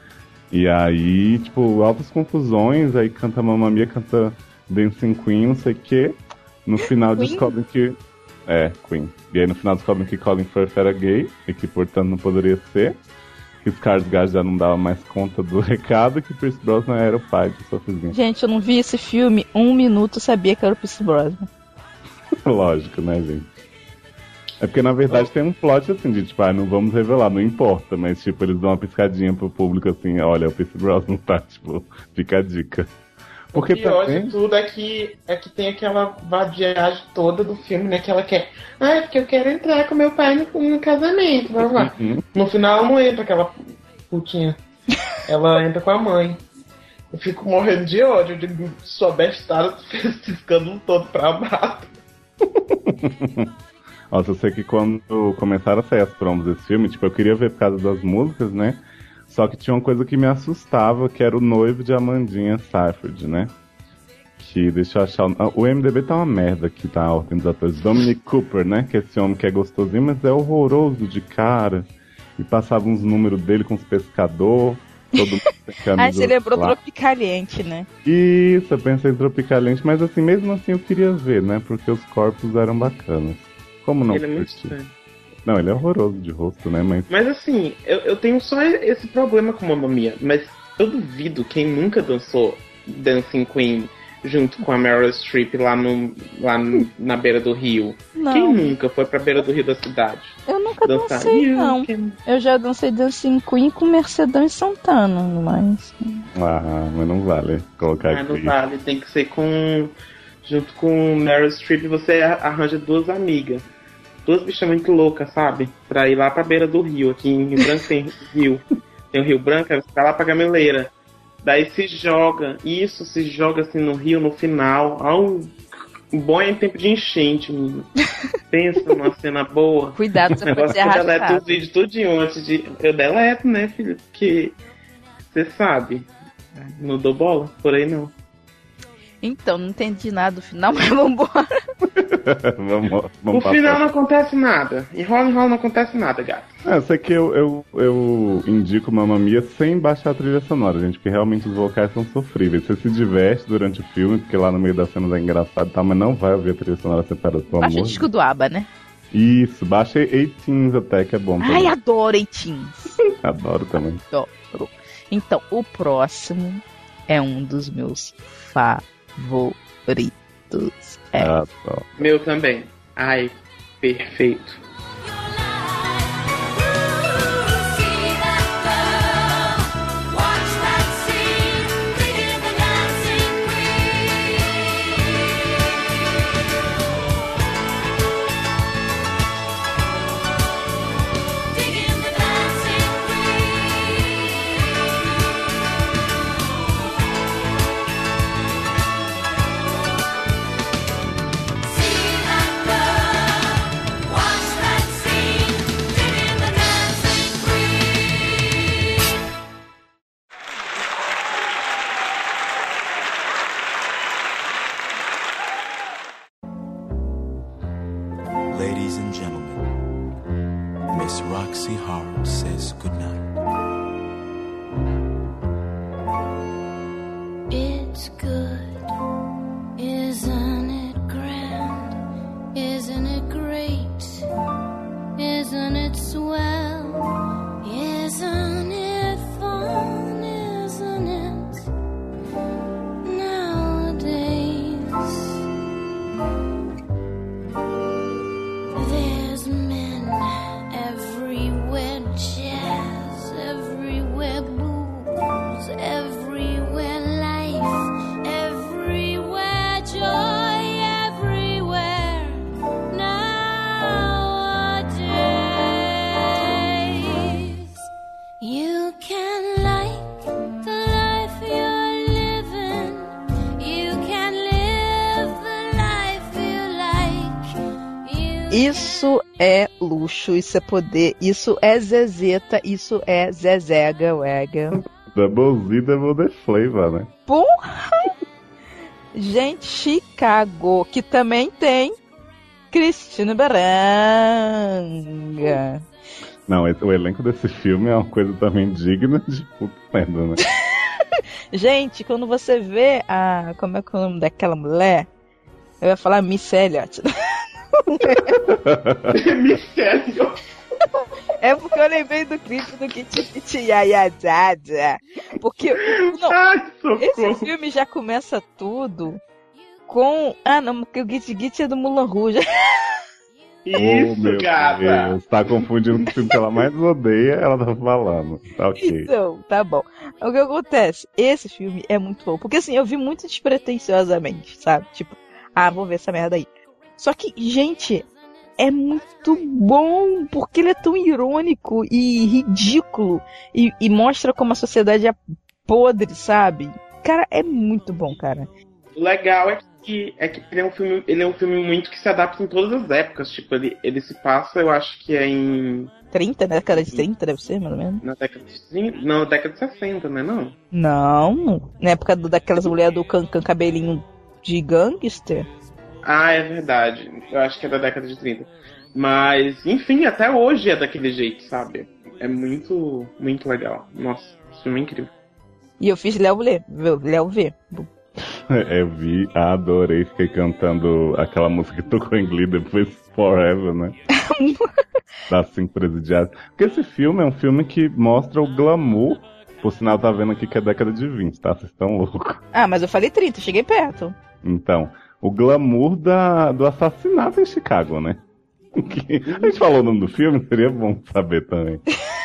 E aí, tipo, altas confusões, aí canta Mamma Mia, canta Dancing Queen, não sei o quê. No final Queen? descobrem que... É, Queen. E aí no final descobrem que Colin Firth era gay, e que portanto não poderia ser. Que Skarsgård já não dava mais conta do recado, e que Pierce Brosnan era o pai de Sophiezinha. Gente, eu não vi esse filme um minuto, eu sabia que era o Pierce Brosnan. Lógico, né, gente? É porque, na verdade, tem um plot assim de, tipo, ah, não vamos revelar, não importa, mas, tipo, eles dão uma piscadinha pro público assim, olha, o Pierce Brosnan tá, tipo, fica a dica. Porque o pior também... de tudo é que, é que tem aquela vadiagem toda do filme, né? Que ela quer. Ah, é porque eu quero entrar com meu pai no, no casamento, blá, blá. Uhum. No final ela não entra, aquela putinha. Ela entra com a mãe. Eu fico morrendo de ódio. Eu digo, sua bestada, tu fez esse escândalo todo pra baixo. Nossa, eu sei que quando começaram a sair as promos desse filme, tipo, eu queria ver por causa das músicas, né? Só que tinha uma coisa que me assustava, que era o noivo de Amandinha Seyfried, né? Que, deixa eu achar... o- O I M D B tá uma merda aqui, tá? A ordem dos atores. Dominic Cooper, né? Que é esse homem que é gostosinho, mas é horroroso de cara. E passava uns números dele com os pescador. Todo mundo tem camisa Ah, você lembrou lá. Tropicaliente, né? Isso, eu pensei em Tropicalente, mas assim, mesmo assim eu queria ver, né? Porque os corpos eram bacanas. Como não Ele é muito curti? estranho. Não, ele é horroroso de rosto, né? Mas Mas assim, eu, eu tenho só esse problema com Mamma Mia, mas eu duvido quem nunca dançou Dancing Queen junto com a Meryl Streep lá, no, lá no- na beira do rio. Não, Quem nunca foi pra beira do rio da cidade? eu nunca Dançar. dancei, You não. can- Eu já dancei Dancing Queen com Mercedão e Santana, mas... Ah, mas não vale colocar Ah, não aqui. vale, tem que ser com. Junto com Meryl Streep, você arranja duas amigas. Duas bichas muito loucas, sabe? Pra ir lá pra beira do rio. Aqui em Rio Branco tem rio. Tem o Rio Branco, aí você vai lá pra Gameleira. Daí se joga, isso, se joga assim no rio no final. Ah, um bom é em tempo de enchente, menino. Pensa numa cena boa. Cuidado, O você pode negócio ser é que eu deleto arrastado. os vídeos tudinho antes de. Eu deleto, né, filho? Porque você sabe. Não dou bola, por aí não. Então, não entendi nada do final, mas vambora. vamos, No vamos passar. final não acontece nada. Em rola em rola não acontece nada, gato. É, eu sei que eu, eu, eu indico Mamma Mia sem baixar a trilha sonora, gente, porque realmente os vocais são sofríveis. Você se diverte durante o filme, porque lá no meio das cenas é engraçado e tal, mas não vai ouvir a trilha sonora separada, pelo Baixa o amor de disco do ABBA, né? Isso, baixa eighteens até, que é bom Ai, também. adoro Teens. Adoro também. Adoro. Então, o próximo é um dos meus favoritos. É. Ah, só. Meu também. Ai, perfeito. See that girl, watch that scene, digging the dancing queen. Digging the dancing queen. See that girl, watch heart says goodnight. It's good, isn't it grand? Isn't it great? Isn't it swell? Isn't it fun? Isn't it? Nowadays, there's men everywhere, jazz everywhere, booze everywhere, life everywhere, joy everywhere. Nowadays, you can like the life you're living. You can live the life you like. You Isso é luxo, isso é poder, isso é zezeta, isso é zezega, wega. Double Z, Double The Flavor, né? Porra! Gente, Chicago, que também tem Cristina Beranga. Não, esse- o elenco desse filme é uma coisa também digna de puta merda, né? Gente, quando você vê a... Como é que é o nome daquela mulher? Eu ia falar Miss Elliot. Mistério. É porque eu lembrei do clipe do Kit Kit Yaya Dada. Porque... Não, Ai, esse socorro. filme já começa tudo com... Ah, não, porque o Git Git é do Moulin Rouge. Oh, meu Isso, gata. Deus, tá confundindo com o filme que ela mais odeia, ela tá falando. Tá ok. Então, tá bom. O que acontece? Esse filme é muito bom. Porque assim, eu vi muito despretensiosamente, sabe? Tipo, ah, vou ver essa merda aí. Só que, gente, é muito bom. Porque ele é tão irônico e ridículo. E, e mostra como a sociedade é podre, sabe? Cara, é muito bom, cara. O legal é que, é que ele, é um filme, ele é um filme muito que se adapta em todas as épocas. Tipo, ele, ele se passa, eu acho que é em. trinta, né? Década de trinta, deve ser, mais ou menos. Na década de trinta. Não, na década de sessenta, né? Não. Não, na época do, daquelas mulheres do can, can cabelinho de gangster. Ah, é verdade. Eu acho que é da década de trinta. Mas, enfim, até hoje é daquele jeito, sabe? É muito, muito legal. Nossa, esse filme é incrível. E eu fiz Léo ler, Léo ver. Eu vi, adorei, fiquei cantando aquela música que tocou em Glee depois Forever, né? Das cinco presidiárias. Porque esse filme é um filme que mostra o glamour. Por sinal, tá vendo aqui que é década de vinte, tá? Vocês estão loucos. Ah, mas eu falei trinta, cheguei perto. Então, o glamour da, do assassinato em Chicago, né? Que- a gente falou o nome do filme, seria bom saber também.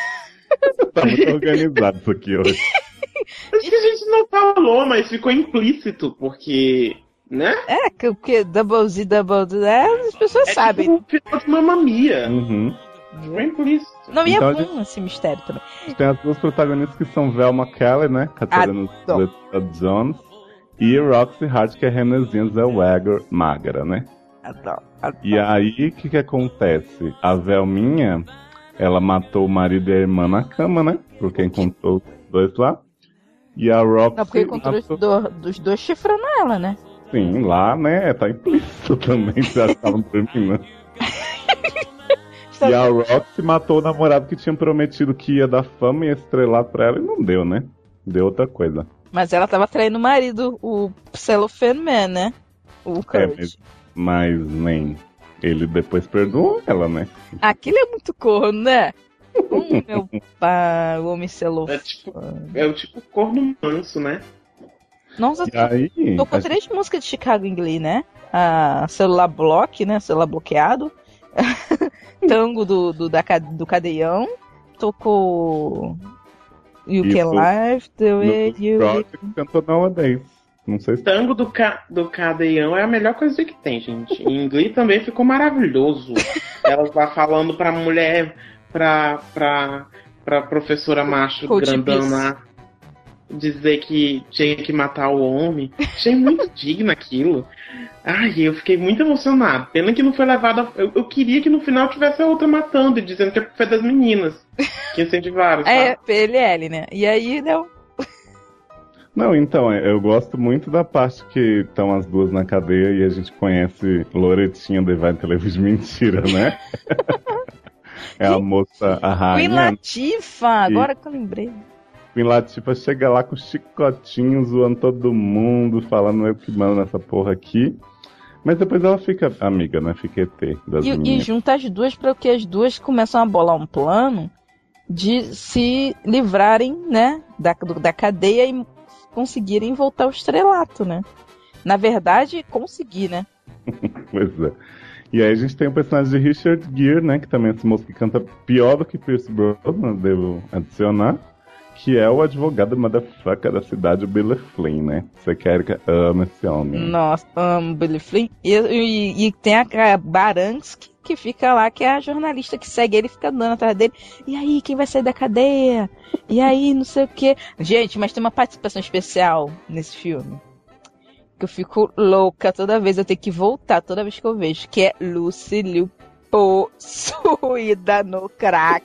Tá muito organizado isso aqui hoje. Acho que a gente não falou, mas ficou implícito, porque. Né? É, que o que? Double Z, Double Z, é, as pessoas É sabem. tipo o final de Mamma Mia. Uhum. Ficou implícito. Não, e é Então a bom esse mistério também. Tem as duas protagonistas que são Velma Kelly, né? Catarina Adoro. Jones. E Roxy Hart, que é Renezinha Zellweger magra, né? Adoro, adoro. E aí, o que que acontece? A Velminha, ela matou o marido e a irmã na cama, né? Porque encontrou os dois lá. E a Roxy Não, porque encontrou os matou... do- dos dois chifrando ela, né? Sim, lá, né? Tá implícito também, já estavam terminando. E a Roxy matou o namorado que tinha prometido que ia dar fama e estrelar pra ela e não deu, né? Deu outra coisa. Mas ela tava traindo o marido, o Cellophane Man, né? O É, Kurt. mas, mas nem. Ele depois perdoou ela, né? Aquilo é muito corno, né? Hum, meu pai, o homem É Cellophane. tipo, é o tipo corno manso, né? Nossa, E aí. tocou a três músicas de Chicago em Glee, né? A Celular Block, né? Celular Bloqueado. Tango do, do, da, ca- do Cadeião. Tocou You Isso. Can Live The Way No You Project cantou Nowadays. Não sei se. Tango do, ca... do Cadeião é a melhor coisa que tem, gente. Em Glee também ficou maravilhoso. Elas lá falando pra mulher, pra, pra, pra professora macho Coach grandão Bis. lá, dizer que tinha que matar o homem. Achei muito digno aquilo. Ai, eu fiquei muito emocionado. Pena que não foi levado. A... Eu, eu queria que no final tivesse a outra matando e dizendo que a culpa é das meninas que incentivaram. É, sabe? P L L, né? E aí, não. Não, então, eu gosto muito da parte que estão as duas na cadeia e a gente conhece Loretinha Divine Television. Mentira, né? É a moça, a rainha. Queen Latifah, agora que eu lembrei. Queen Latifah chega lá com chicotinho, zoando todo mundo, falando eu que mando nessa porra aqui. Mas depois ela fica amiga, né? Fica E T das E, minhas. e junta as duas para que as duas começam a bolar um plano de se livrarem, né, da, da cadeia e conseguirem voltar ao estrelato, né? Na verdade, conseguir, né? Pois é. E aí a gente tem o personagem de Richard Gere, né? Que também é esse moço que canta pior do que Pierce Brosnan, devo adicionar. Que é o advogado motherfucker da cidade, o Billy Flynn, né? Você que a Erika ama esse homem. Nossa, amo Billy Flynn. E, e, e tem a, a Baranski, que fica lá, que é a jornalista que segue ele e fica andando atrás dele. E aí, quem vai sair da cadeia? E aí, não sei o quê. Gente, mas tem uma participação especial nesse filme. Que eu fico louca toda vez, eu tenho que voltar toda vez que eu vejo. Que é Lucy Liu possuída no crack.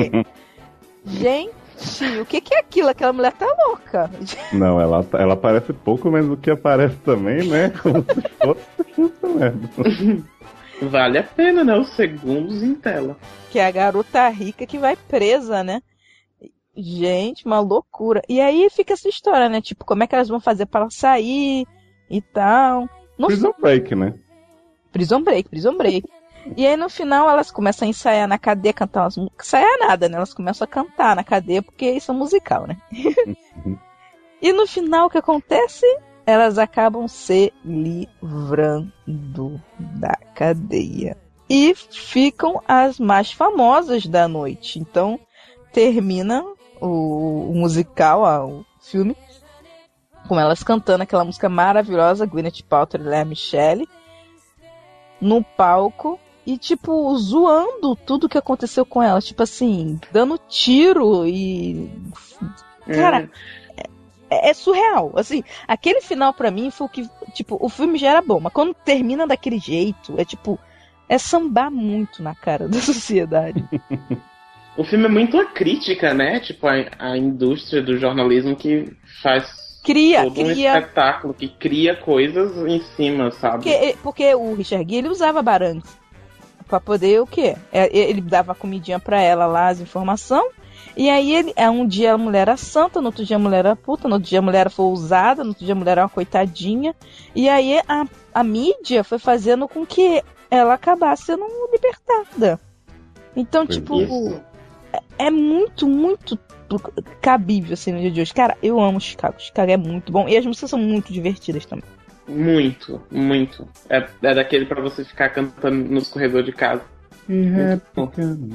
Gente, o que, que é aquilo? Aquela mulher tá louca. Não, ela, ela aparece pouco, mas o que aparece também, né? Como se fosse isso mesmo. Vale a pena, né? Os segundos em tela. Que é a garota rica que vai presa, né? Gente, uma loucura. E aí fica essa história, né? Tipo, como é que elas vão fazer para ela sair e tal. Não Prison sei. Break, né? Prison Break, Prison Break. E aí no final elas começam a ensaiar na cadeia, cantar umas músicas. Ensaiar nada, né? Elas começam a cantar na cadeia porque isso é musical, né? E no final o que acontece? Elas acabam se livrando da cadeia. E ficam as mais famosas da noite. Então termina o, o musical, o filme, com elas cantando aquela música maravilhosa, Gwyneth Paltrow e Lea Michele, no palco. E, tipo, zoando tudo que aconteceu com ela. Tipo assim, dando tiro e... Cara, é, é surreal. Assim, aquele final pra mim foi o que... Tipo, o filme já era bom, mas quando termina daquele jeito, é tipo... É sambar muito na cara da sociedade. O filme é muito uma crítica, né? Tipo, a, a indústria do jornalismo que faz... Cria, todo cria... um espetáculo, que cria coisas em cima, sabe? Porque, porque o Richard Gere, ele usava barangues. Pra poder o quê? Ele dava comidinha pra ela lá, as informações. E aí, ele, um dia a mulher era santa, no outro dia a mulher era puta, no outro dia a mulher foi usada, no outro dia a mulher era uma coitadinha. E aí a, a mídia foi fazendo com que ela acabasse sendo libertada. Então, Foi tipo, isso. é, é muito, muito cabível assim no dia de hoje. Cara, eu amo Chicago. Chicago é muito bom. E as músicas são muito divertidas também. Muito, muito. É, é daquele pra você ficar cantando nos corredores de casa. É, Bom.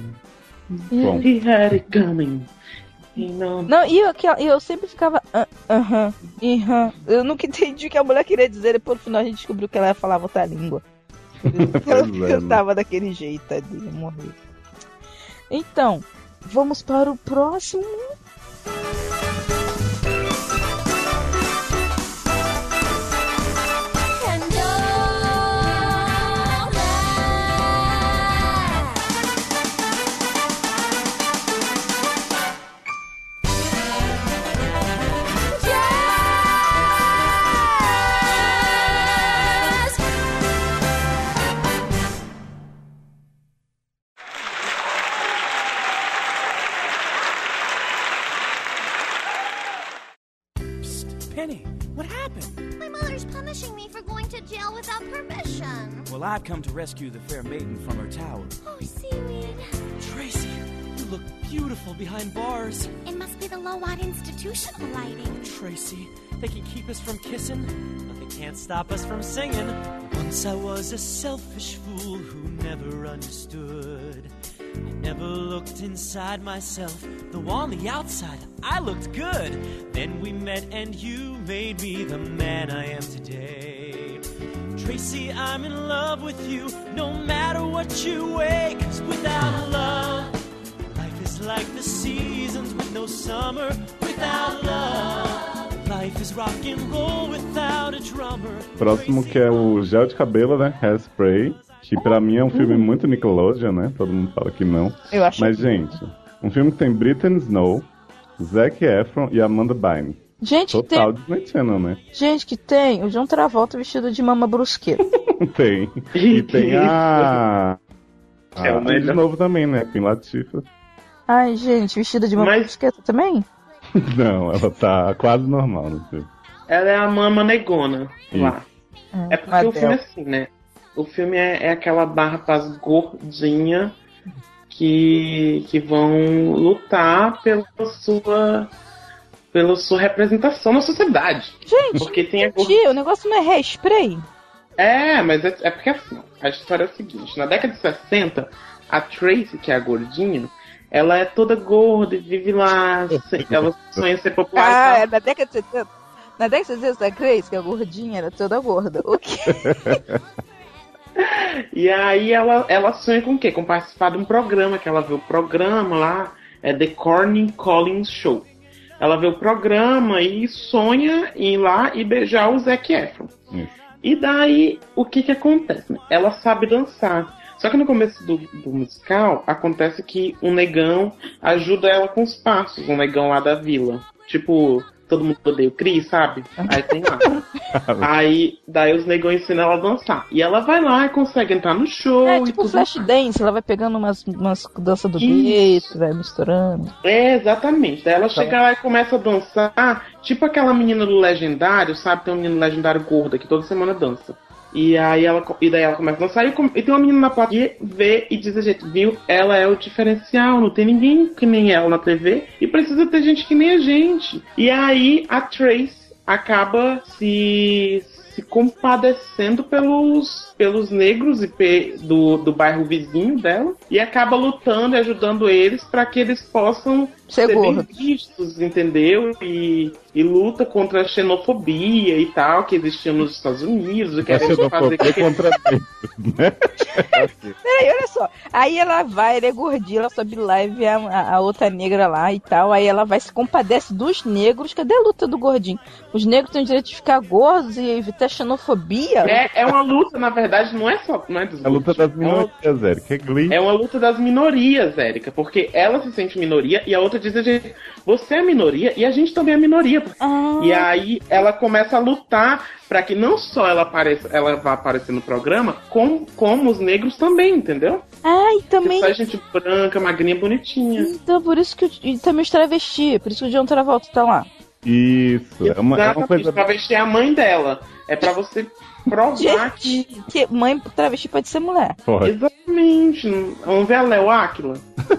Bom. He had it coming. He know- Não, e eu, que- eu sempre ficava. "Ah, Aham, aham." Eu nunca entendi o que a mulher queria dizer. Depois no final a gente descobriu que ela ia falar outra língua. Ela Pois é, né? cantava daquele jeito, tadinha, morreu. Então, vamos para o próximo. And all that. Jazz. Penny, what happened? My mother's punishing me for going to jail without permission. Well, I've come to rescue the fair maiden from her tower. Oh, seaweed. Tracy, you look beautiful behind bars. It must be the low-watt institutional lighting. Tracy, they can keep us from kissing, but they can't stop us from singing. Once I was a selfish fool who never understood. I never looked inside myself, though on the outside I looked good. Then we met and you made me the man I am today. Tracy, I'm in love with you, no matter what you weigh. 'Cause without love, life is like the seasons with no summer. Without love, life is rock and roll without a drummer. Próximo que é o Gel de Cabelo, né? Hairspray. Que pra mim é um filme muito Nickelodeon, né? Todo mundo fala que não. Eu acho. Mas, gente, um filme que tem Britney Snow, Zac Efron e Amanda Bynes. Gente, que Total tem. Disney Channel, né? Gente, que tem o John Travolta vestido de mama brusqueira. Tem. E tem a... Ah, É o e melhor. de novo também, né? Queen Latifah. Ai, gente, vestida de Mas- mosqueta também? Não, ela tá quase normal no filme. Ela é a mama negona lá. Hum, É porque o Adele. filme é assim, né? O filme é, é aquela barra pras gordinhas que, que vão lutar pela sua, pela sua representação na sociedade. Gente, Porque tem a entendi, o negócio não é hairspray? É, mas é, é porque assim, a história é a seguinte, na década de sessenta, a Tracy, que é a gordinha, ela é toda gorda e vive lá, se- ela sonha ser popular e Ah, tal. é na década de setenta. Na década de setenta, a Grace, que é gordinha, era toda gorda. O quê? E aí ela, ela sonha com o quê? Com participar de um programa, que ela vê o programa lá, é The Corny Collins Show. Ela vê o programa e sonha em ir lá e beijar o Zac Efron. Isso. E daí, o que que acontece? Né? Ela sabe dançar. Só que no começo do, do musical, acontece que um negão ajuda ela com os passos, um negão lá da vila. Tipo, todo mundo odeia o Chris, sabe? Aí tem lá. Aí, daí os negões ensinam ela a dançar. E ela vai lá e consegue entrar no show. É e tipo tudo flash mais. dance, ela vai pegando umas, umas danças do Isso. beijo, vai misturando. É, exatamente. Daí ela Tá. chega lá e começa a dançar, tipo aquela menina do Legendário, sabe? Tem um menino legendário gorda que toda semana dança. E aí ela, e daí ela começa a dançar e, com- e tem uma menina na plateia que vê e diz a gente, viu? Ela é o diferencial, não tem ninguém que nem ela na T V e precisa ter gente que nem a gente. E aí a Trace acaba se, se compadecendo pelos, pelos negros e pe- do, do bairro vizinho dela e acaba lutando e ajudando eles para que eles possam Ser ser bem gordo. vistos, entendeu? E, e luta contra a xenofobia e tal, que existia nos Estados Unidos, e A querendo fazer xenofobia com que... contra negros, né? Peraí, olha só. Aí ela vai, ela é gordinha, ela sobe lá e vê a, a- a outra negra lá e tal. Aí ela vai se compadece dos negros. Cadê a luta do gordinho? Os negros têm o direito de ficar gordos e evitar xenofobia? É, é uma luta, na verdade, não é só não é dos A luta das minorias, Érica. É Glee. É uma luta das minorias, Érica, porque ela se sente minoria e a outra diz a gente, você é minoria e a gente também é minoria. Ah, E aí ela começa a lutar pra que não só ela apareça, ela vá aparecer no programa, como, como os negros também, entendeu? ah, e Que também. só gente branca, magrinha, bonitinha. Então, por isso que. o- E também os travesti. Por isso que o John Travolta tá lá. Isso. É uma, é uma Exatamente, coisa. pra vestir a mãe dela. É pra você provar que. Gente, que mãe travesti pode ser mulher. Forte. Exatamente. Vamos ver a Léo Áquila?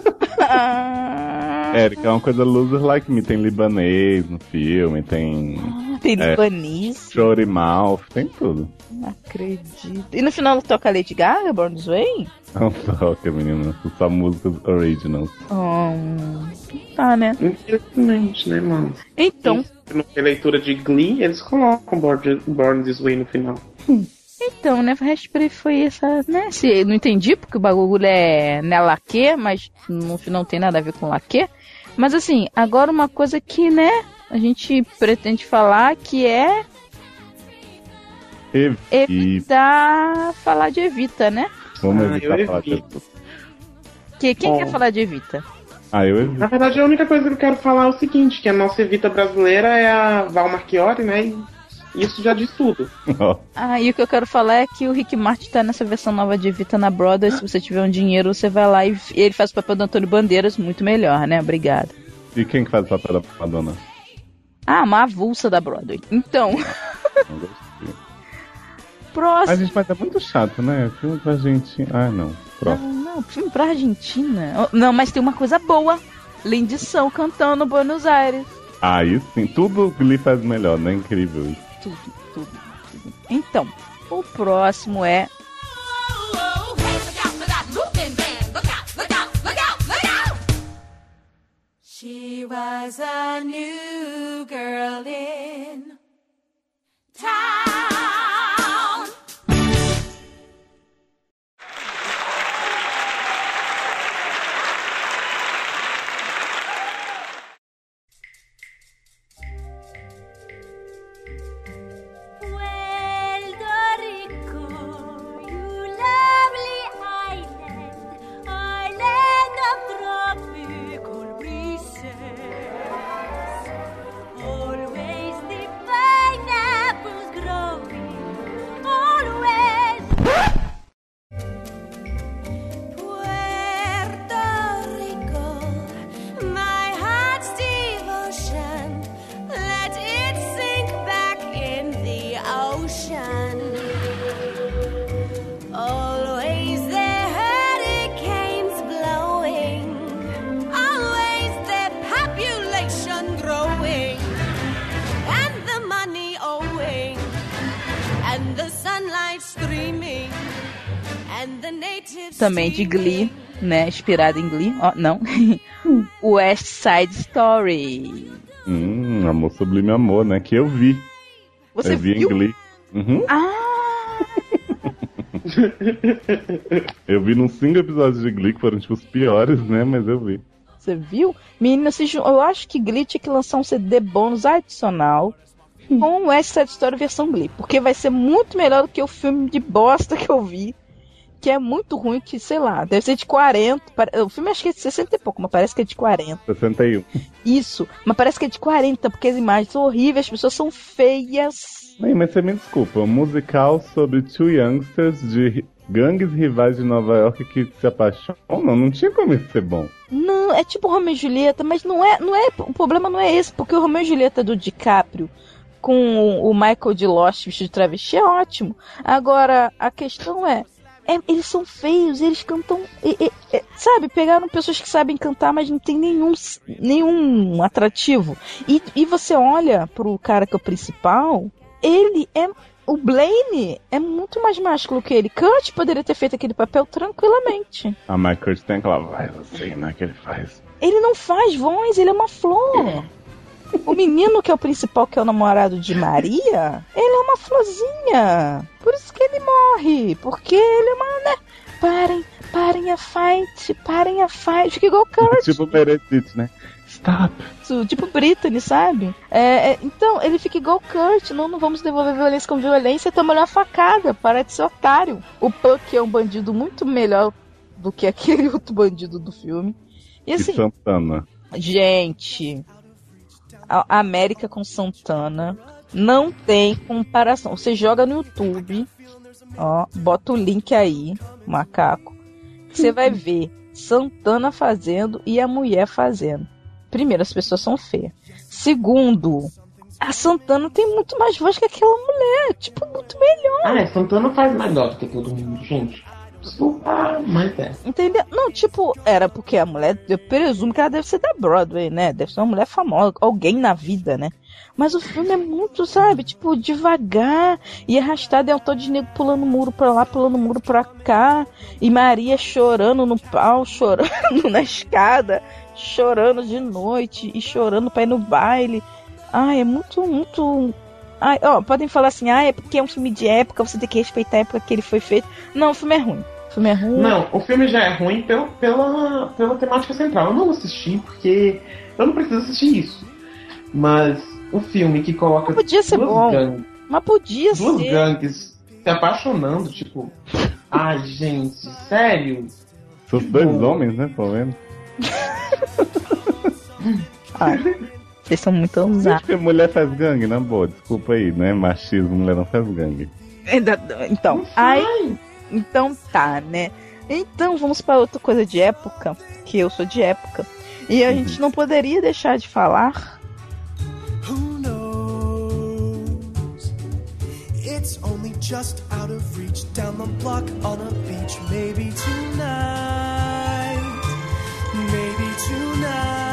Ah, Érica, é uma coisa loser like me. Tem libanês no filme, tem tem É. libanês. Shorty Mouth, tem tudo. Não acredito. E no final toca Lady Gaga, Born This Way? Não toca, menina. Só músicas originals. Hum, tá, né? Infelizmente, né, mano? Então, Na releitura de Glee, eles colocam Born, Born This Way no final. então, né? Hairspray foi essa, né? Se, não entendi porque o bagulho é né, laque, mas no final não tem nada a ver com laque. Mas assim, agora uma coisa que, né? A gente pretende falar que é Evita. evitar falar de Evita, né? Vamos Ah, evitar eu falar de evito. Que, quem Bom. quer falar de Evita? Ah, eu evito. Na verdade, a única coisa que eu quero falar é o seguinte, que a nossa Evita brasileira é a Val Marchiori, né? E isso já diz tudo. Ó, Ah, e o que eu quero falar é que o Rick Martin tá nessa versão nova de Evita na Broadway. Se você tiver um dinheiro, você vai lá e e ele faz o papel do Antônio Bandeiras muito melhor, né? Obrigada. E quem que faz o papel da Madonna? Ah, uma avulsa da Broadway. Então, Não gostei. A próximo. gente vai estar muito chato, né? Filme pra gente. Ah, não. Próximo. Não, não, filme pra Argentina. Oh, não, mas tem uma coisa boa. Lindição cantando Buenos Aires. Aí sim, tudo Glee faz melhor, né? Incrível isso. Tudo, tudo, tudo. Então, o próximo é She was a new girl in town. Puerto Rico, you lovely island, island of tropical breezes. também de Glee, né? Inspirado em Glee. Oh, não. West Side Story. Hum, Amor Sublime Amor, né? Que eu vi. Você eu vi viu? em Glee. Uhum. Ah! Eu vi nos cinco episódios de Glee, que foram tipo os piores, né? Mas eu vi. Você viu? Menina, eu acho que Glee tinha que lançar um C D bônus adicional com West Side Story versão Glee. Porque vai ser muito melhor do que o filme de bosta que eu vi. Que é muito ruim, que, sei lá, deve ser de quarenta. O filme acho que é de sessenta e pouco, mas parece que é de quarenta. sessenta e um. Isso, mas parece que é de quarenta, porque as imagens são horríveis, as pessoas são feias. Bem, mas você me desculpa, um musical sobre two youngsters de gangues rivais de Nova York que se apaixonam, não tinha como isso ser bom. Não, é tipo Romeo e Julieta, mas não é, não é, o problema não é esse, porque o Romeo e Julieta do DiCaprio com o Michael de Lost vestido de travesti é ótimo. Agora, a questão é, É, eles são feios, eles cantam. É, é, é, sabe, pegaram pessoas que sabem cantar, mas não tem nenhum, nenhum atrativo. E, e você olha pro cara que é o principal, ele é. O Blaine é muito mais másculo que ele. Kurt poderia ter feito aquele papel tranquilamente. A Mike Kurt tem aquela voz assim, né? Que ele faz. Ele não faz voz, ele é uma flor. O menino que é o principal, que é o namorado de Maria, ele é uma florzinha. Por isso que ele morre. Porque ele é uma, né? Parem, parem a fight, parem a fight. Fica igual o Kurt. Tipo Meredith, né? Stop. Tipo Britney, sabe? É, é, então, ele fica igual o Kurt. Não, não vamos devolver violência com violência. Toma uma facada, para de ser otário. O Puck é um bandido muito melhor do que aquele outro bandido do filme. E assim, e Santana. Gente, a América com Santana não tem comparação. Você joga no YouTube, ó, bota o link aí, macaco, você vai ver Santana fazendo e a mulher fazendo. Primeiro, as pessoas são feias. Segundo, a Santana tem muito mais voz que aquela mulher, tipo, muito melhor. Ah, a Santana faz melhor do que todo mundo, gente. Desculpa, mas é. Entendeu? Não, tipo, era porque a mulher, eu presumo que ela deve ser da Broadway, né? Deve ser uma mulher famosa, alguém na vida, né? Mas o filme é muito, sabe, tipo, devagar e arrastado, é um todo de nego pulando muro pra lá, pulando muro pra cá, e Maria chorando no pau, chorando na escada, chorando de noite e chorando pra ir no baile. Ai, é muito, muito... Ai, ó, podem falar assim, ah, é porque é um filme de época, você tem que respeitar a época que ele foi feito. Não, o filme é ruim. O filme é ruim. Não, o filme já é ruim pelo, pela, pela temática central. Eu não assisti porque eu não preciso assistir isso. Mas o filme que coloca mas podia ser duas bom. gangues, mas podia duas ser. gangues se apaixonando, tipo, ai, gente, sério? São os dois bom. homens, né, pelo menos. Ai. Vocês são muito ousados. Porque mulher faz gangue, na boa, desculpa aí, né? Machismo, mulher não faz gangue. Então, aí, então tá, né? Então vamos para outra coisa de época, que eu sou de época. E a uhum. gente não poderia deixar de falar. Who knows? It's only just out of reach, down the block on a beach. Maybe tonight, maybe tonight.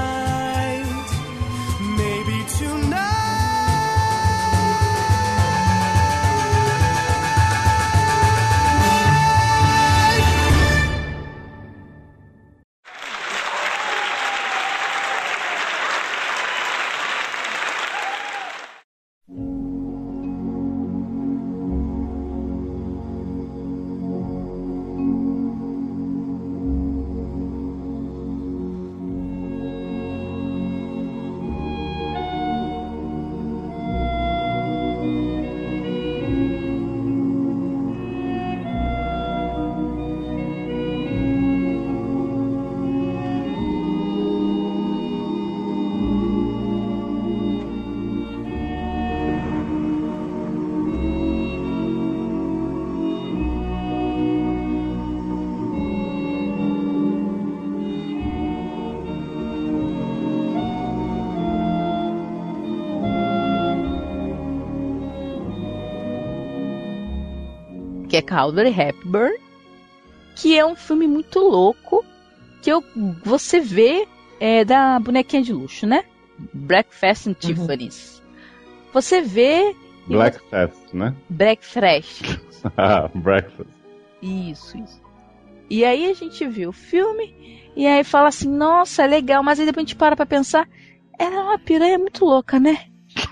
Que é Audrey Hepburn, que é um filme muito louco, que eu, você vê é, da bonequinha de luxo, né? Breakfast in Tiffany's. Uhum. Você vê... Blackfast, né? Breakfast. Ah, breakfast. Isso, isso. E aí a gente vê o filme e aí fala assim, nossa, é legal, mas aí depois a gente para pra pensar, ela é uma piranha muito louca, né?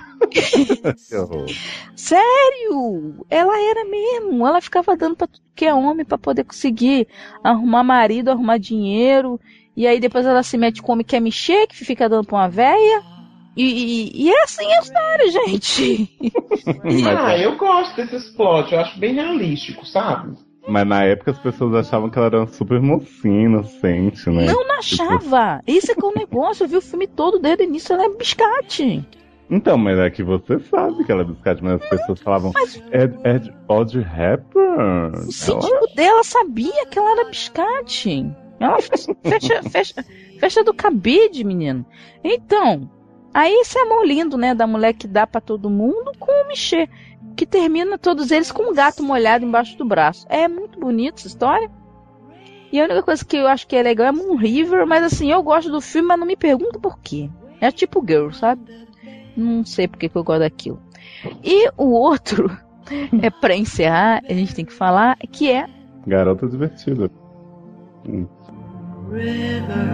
Sério, ela era mesmo. Ela ficava dando pra tudo que é homem pra poder conseguir arrumar marido, arrumar dinheiro. E aí depois ela se mete com homem que quer mexer, que fica dando pra uma véia. E, e, e é assim a história, gente. Ah, eu gosto desses plots, eu acho bem realístico, sabe? Mas na época as pessoas achavam que ela era uma super mocinha, inocente, né? Não, não achava. Isso é que é o negócio. Eu vi o filme todo desde o início, ela é biscate. Então, mas é que você sabe que ela é biscate, mas as pessoas falavam mas... Ed, Ed, Audrey Hepburn. O síndico ela... dela sabia que ela era biscate. Ela fecha, fecha, fecha, fecha do cabide, menino. Então, aí esse amor lindo, né, da mulher que dá pra todo mundo com o Michê, que termina todos eles com um gato molhado embaixo do braço. É muito bonita essa história. E a única coisa que eu acho que é legal é Moon River, mas assim, eu gosto do filme, mas não me pergunto por quê. É tipo Girl, sabe? Não sei porque que eu gosto daquilo. E o outro, é pra encerrar, a gente tem que falar, que é... Garota Divertida. Hum. River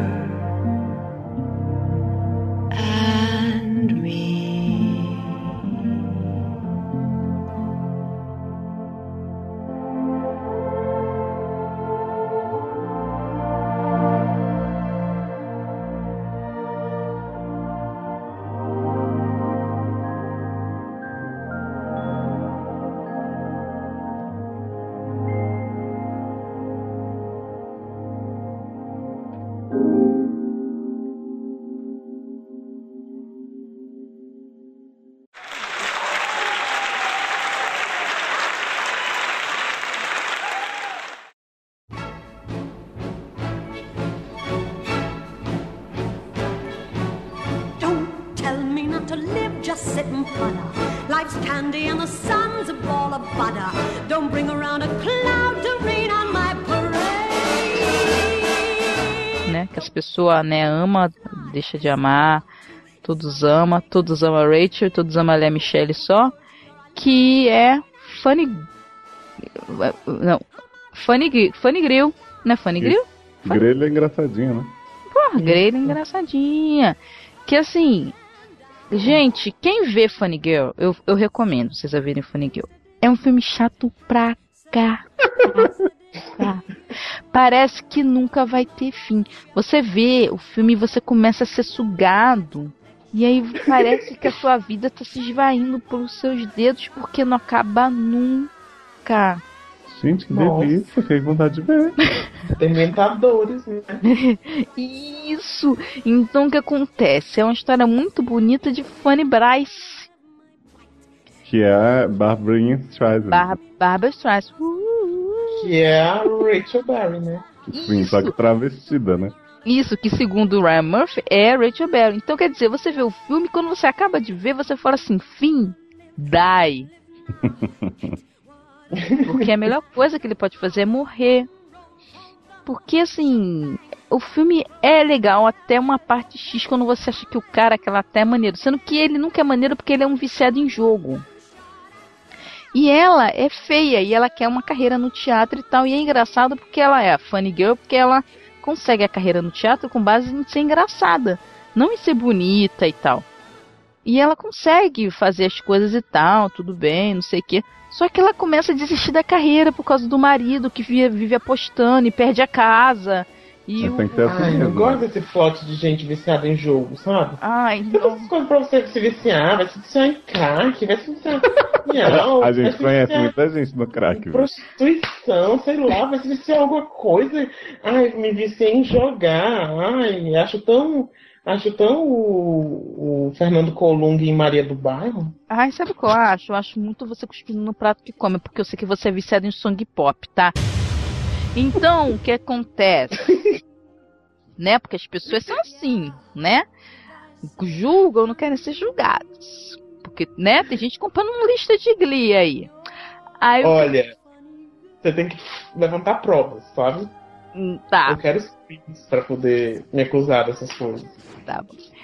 and me. Pessoa, né, ama, deixa de amar, todos amam, todos amam a Rachel, todos amam a Lea Michele só, que é Funny, não, Funny, Funny Grill, né, Funny Grill? Grelha é engraçadinha, né? Porra, Grelha é engraçadinha, que assim, gente, quem vê Funny Girl, eu, eu recomendo vocês a verem Funny Girl, é um filme chato pra cá. Ah, parece que nunca vai ter fim. Você vê o filme e você começa a ser sugado. E aí parece que a sua vida tá se esvaindo pelos seus dedos, porque não acaba nunca. Gente, que Nossa. delícia, fiquei com vontade de ver. Dementadores, né? Isso. Então o que acontece? É uma história muito bonita de Fanny Bryce, que é a Barbara Streisand. Bar- Barbara Streisand. Uh! Que é a Rachel Berry, né? Sim, Isso. só que travestida, né? Isso, que segundo o Ryan Murphy é a Rachel Berry. Então quer dizer, você vê o filme, quando você acaba de ver, você fala assim, fim, die. Porque a melhor coisa que ele pode fazer é morrer. Porque assim, o filme é legal até uma parte X, quando você acha que o cara aquela até é maneiro. Sendo que ele nunca é maneiro porque ele é um viciado em jogo. E ela é feia, e ela quer uma carreira no teatro e tal. E é engraçado porque ela é a Funny Girl, porque ela consegue a carreira no teatro com base em ser engraçada, não em ser bonita e tal. E ela consegue fazer as coisas e tal, tudo bem, não sei o quê. Só que ela começa a desistir da carreira por causa do marido que vive apostando e perde a casa. E o... assim Ai, eu gosto desse plot de gente viciada em jogo, sabe? Ai, não. Todas as coisas pra você se viciar, vai se viciar em crack, vai se viciar em álcool. A gente conhece muita gente no crack. Prostituição, sei lá, vai se viciar em alguma coisa. Ai, me viciei em jogar. Ai, acho tão... Acho tão o, o Fernando Colunga em Maria do Bairro. Ai, sabe o que eu acho? Eu acho muito você cuspindo no prato que come, porque eu sei que você é viciado em song pop, tá? Então, o que acontece? Né? Porque as pessoas são assim, né? Julgam, não querem ser julgadas. Porque, né? Tem gente comprando uma lista de Glee aí. aí Olha, eu... você tem que levantar provas, sabe? Tá. Eu quero prints pra poder me acusar dessas coisas. Tá bom.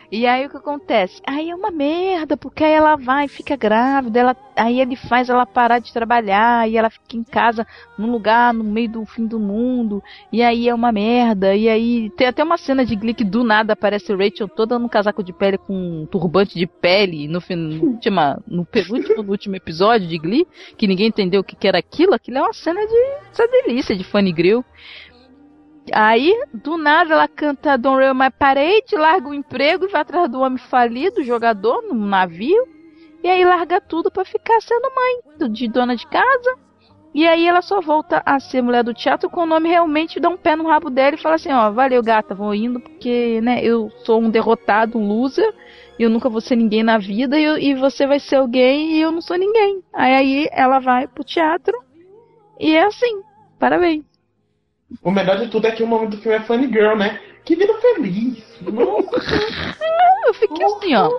E aí o que acontece? Aí é uma merda, porque aí ela vai, fica grávida, ela, aí ele faz ela parar de trabalhar, e ela fica em casa, num lugar, no meio do fim do mundo, e aí é uma merda, e aí tem até uma cena de Glee que do nada aparece Rachel toda num casaco de pele com um turbante de pele, no, no, última, no penúltimo, no último episódio de Glee, que ninguém entendeu o que, que era aquilo, aquilo é uma cena de essa delícia de Funny Grill. Aí, do nada, ela canta Don't Rail My Parade, larga o emprego e vai atrás do homem falido, jogador, num navio. E aí larga tudo pra ficar sendo mãe de dona de casa. E aí ela só volta a ser mulher do teatro com o nome realmente dá um pé no rabo dela e fala assim, ó, valeu gata, vou indo porque, né, eu sou um derrotado, um loser, eu nunca vou ser ninguém na vida e, eu, e você vai ser alguém e eu não sou ninguém. Aí, aí ela vai pro teatro e é assim, parabéns. O melhor de tudo é que o nome do filme é Funny Girl, né? Que vida feliz. Nossa. Eu fiquei assim, ó.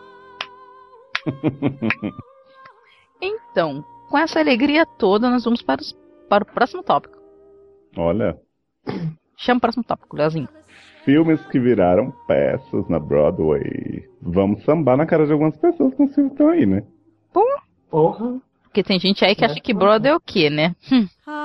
Então, com essa alegria toda, nós vamos para, os, para o próximo tópico. Olha. Chama o próximo tópico, Leozinho. Filmes que viraram peças na Broadway. Vamos sambar na cara de algumas pessoas que não estão aí, né? Pô. Porra. Porque tem gente aí que acha que Broadway é o quê, né? Hum.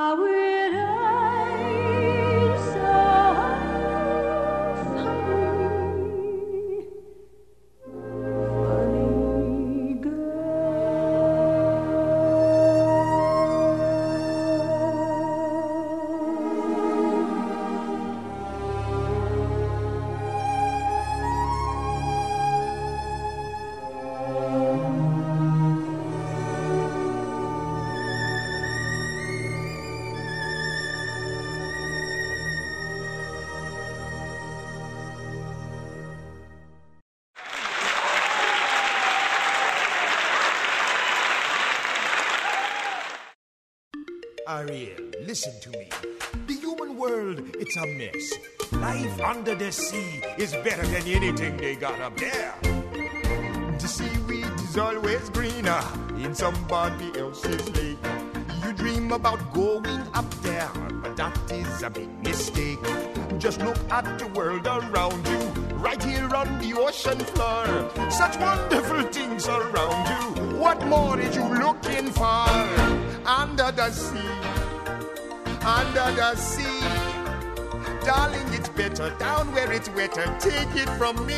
Ariel, listen to me. The human world, it's a mess. Life under the sea is better than anything they got up there. The seaweed is always greener in somebody else's lake. You dream about going up there, but that is a big mistake. Just look at the world around you, right here on the ocean floor. Such wonderful things around you. What more are you looking for? Under the sea, under the sea. Darling, it's better down where it's wetter. Take it from me.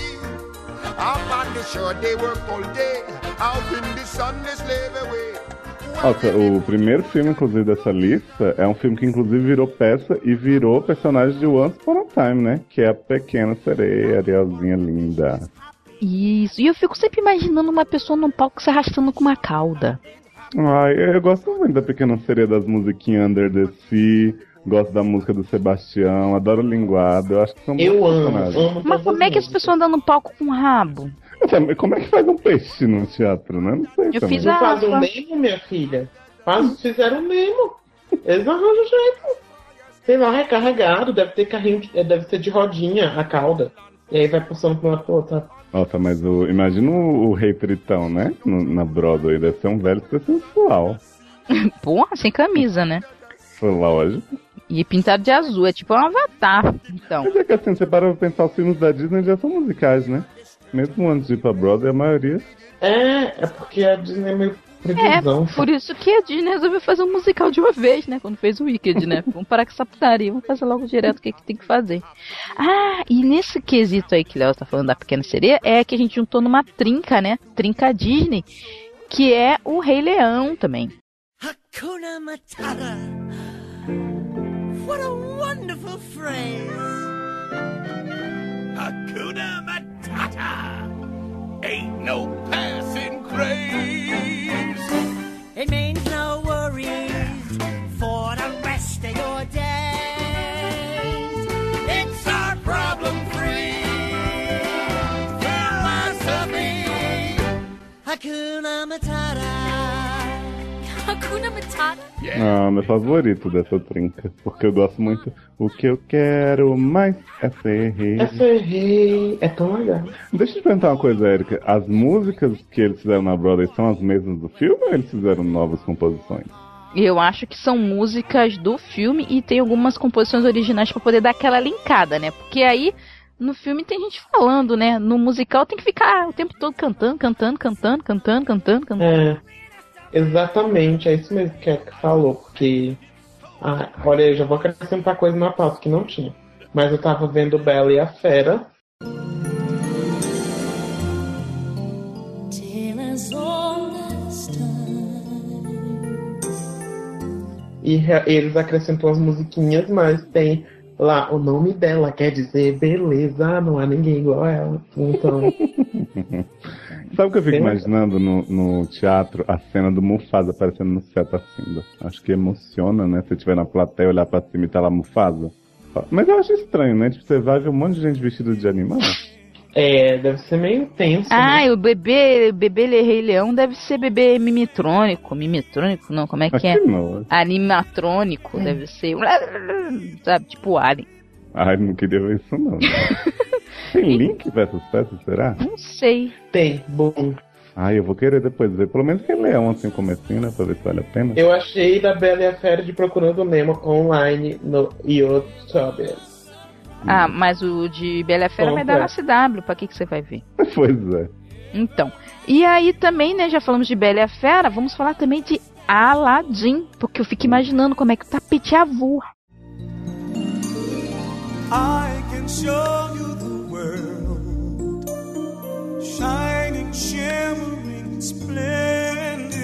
Up on the shore they work all day. Out in the sun they slave away. Nossa, o primeiro filme, inclusive, dessa lista é um filme que, inclusive, virou peça e virou personagem de Once Upon a Time, né? Que é a Pequena Sereia, Arielzinha linda. Isso, e eu fico sempre imaginando uma pessoa num palco se arrastando com uma cauda. Ai, eu gosto muito da Pequena Sereia, das musiquinhas Under the Sea, gosto da música do Sebastião, adoro linguado, eu acho que são Eu bons amo, personagens. amo. Mas como é que as pessoas andam no palco com rabo? Como é que faz um peixe no teatro, né? Não sei Eu também. fiz a- Não faz o Nemo, minha filha. Faz, fizeram o Nemo. Eles arranjam jeito. Sei lá, recarregado, deve ter carrinho, de- deve ser de rodinha a cauda. E aí vai passando pra uma pra outra. Nossa, mas o, imagina o, o Rei Tritão, né? No- na Broadway, deve ser um velho sensual. Porra, sem camisa, né? Lógico. E pintado de azul, é tipo um avatar. Então, Mas é que assim, você para pra pensar, os filmes da Disney já são musicais, né? Mesmo antes de ir pra Broadway, a maioria... É, é porque a Disney é meio é, previsão. por isso que a Disney resolveu fazer um musical de uma vez, né? Quando fez o Wicked, né? Vamos parar com essa putaria, vamos fazer logo direto o que, que tem que fazer. Ah, e nesse quesito aí que o Léo tá falando da Pequena Sereia, é que a gente juntou numa trinca, né? Trinca Disney, que é o Rei Leão também. Hakuna Matata. What a wonderful phrase. Hakuna Matata. Ain't no passing craze. It means no worries for the rest of your days. It's our problem-free philosophy. Hakuna Matata. Hakuna Matata? Ah, meu favorito dessa trinca. Porque eu gosto muito. O que eu quero mais é ser rei. É ser rei. É tão legal. Deixa eu te perguntar uma coisa, Erika. As músicas que eles fizeram na Broadway são as mesmas do filme ou eles fizeram novas composições? Eu acho que são músicas do filme e tem algumas composições originais pra poder dar aquela linkada, né? Porque aí No filme tem gente falando, né? No musical tem que ficar o tempo todo cantando, cantando, cantando, cantando, cantando, cantando. É, exatamente, é isso mesmo que a Erika falou, porque... Ah, olha, eu já vou acrescentar coisa na pauta que não tinha. Mas eu tava vendo Bela e a Fera. E re- eles acrescentam as musiquinhas, mas tem lá o nome dela, quer dizer beleza, não há ninguém igual a ela. Então... Sabe o que eu fico Tem- imaginando no, no teatro? A cena do Mufasa aparecendo no céu pra cima. Acho que emociona, né? Se você estiver na plateia, olhar pra cima e tá lá Mufasa. Mas eu acho estranho, né? Tipo, você vai ver um monte de gente vestida de animal. É, deve ser meio tenso. Ah, né? e o bebê, bebê Rei Leão deve ser bebê mimitrônico. Mimitrônico? Não, como é que é? Aqui não. Animatrônico, deve ser. Sabe, tipo Alien. Ai, não queria ver isso não. Tem link pra essas peças, será? Não sei. Tem, bom. Ai, eu vou querer depois ver. Pelo menos Rei Leão, assim, o comecinho, né? Pra ver se vale a pena. Eu achei da Bela e a Fera de Procurando Nemo online no YouTube. Ah, mas o de Bela e a Fera vai dar na C W. Pra que, que você vai ver? Pois é. Então. E aí também, né? Já falamos de Bela e a Fera. Vamos falar também de Aladdin. Porque eu fico imaginando como é que o tapete voa. I can show you the world, shining, shimmering, splendid.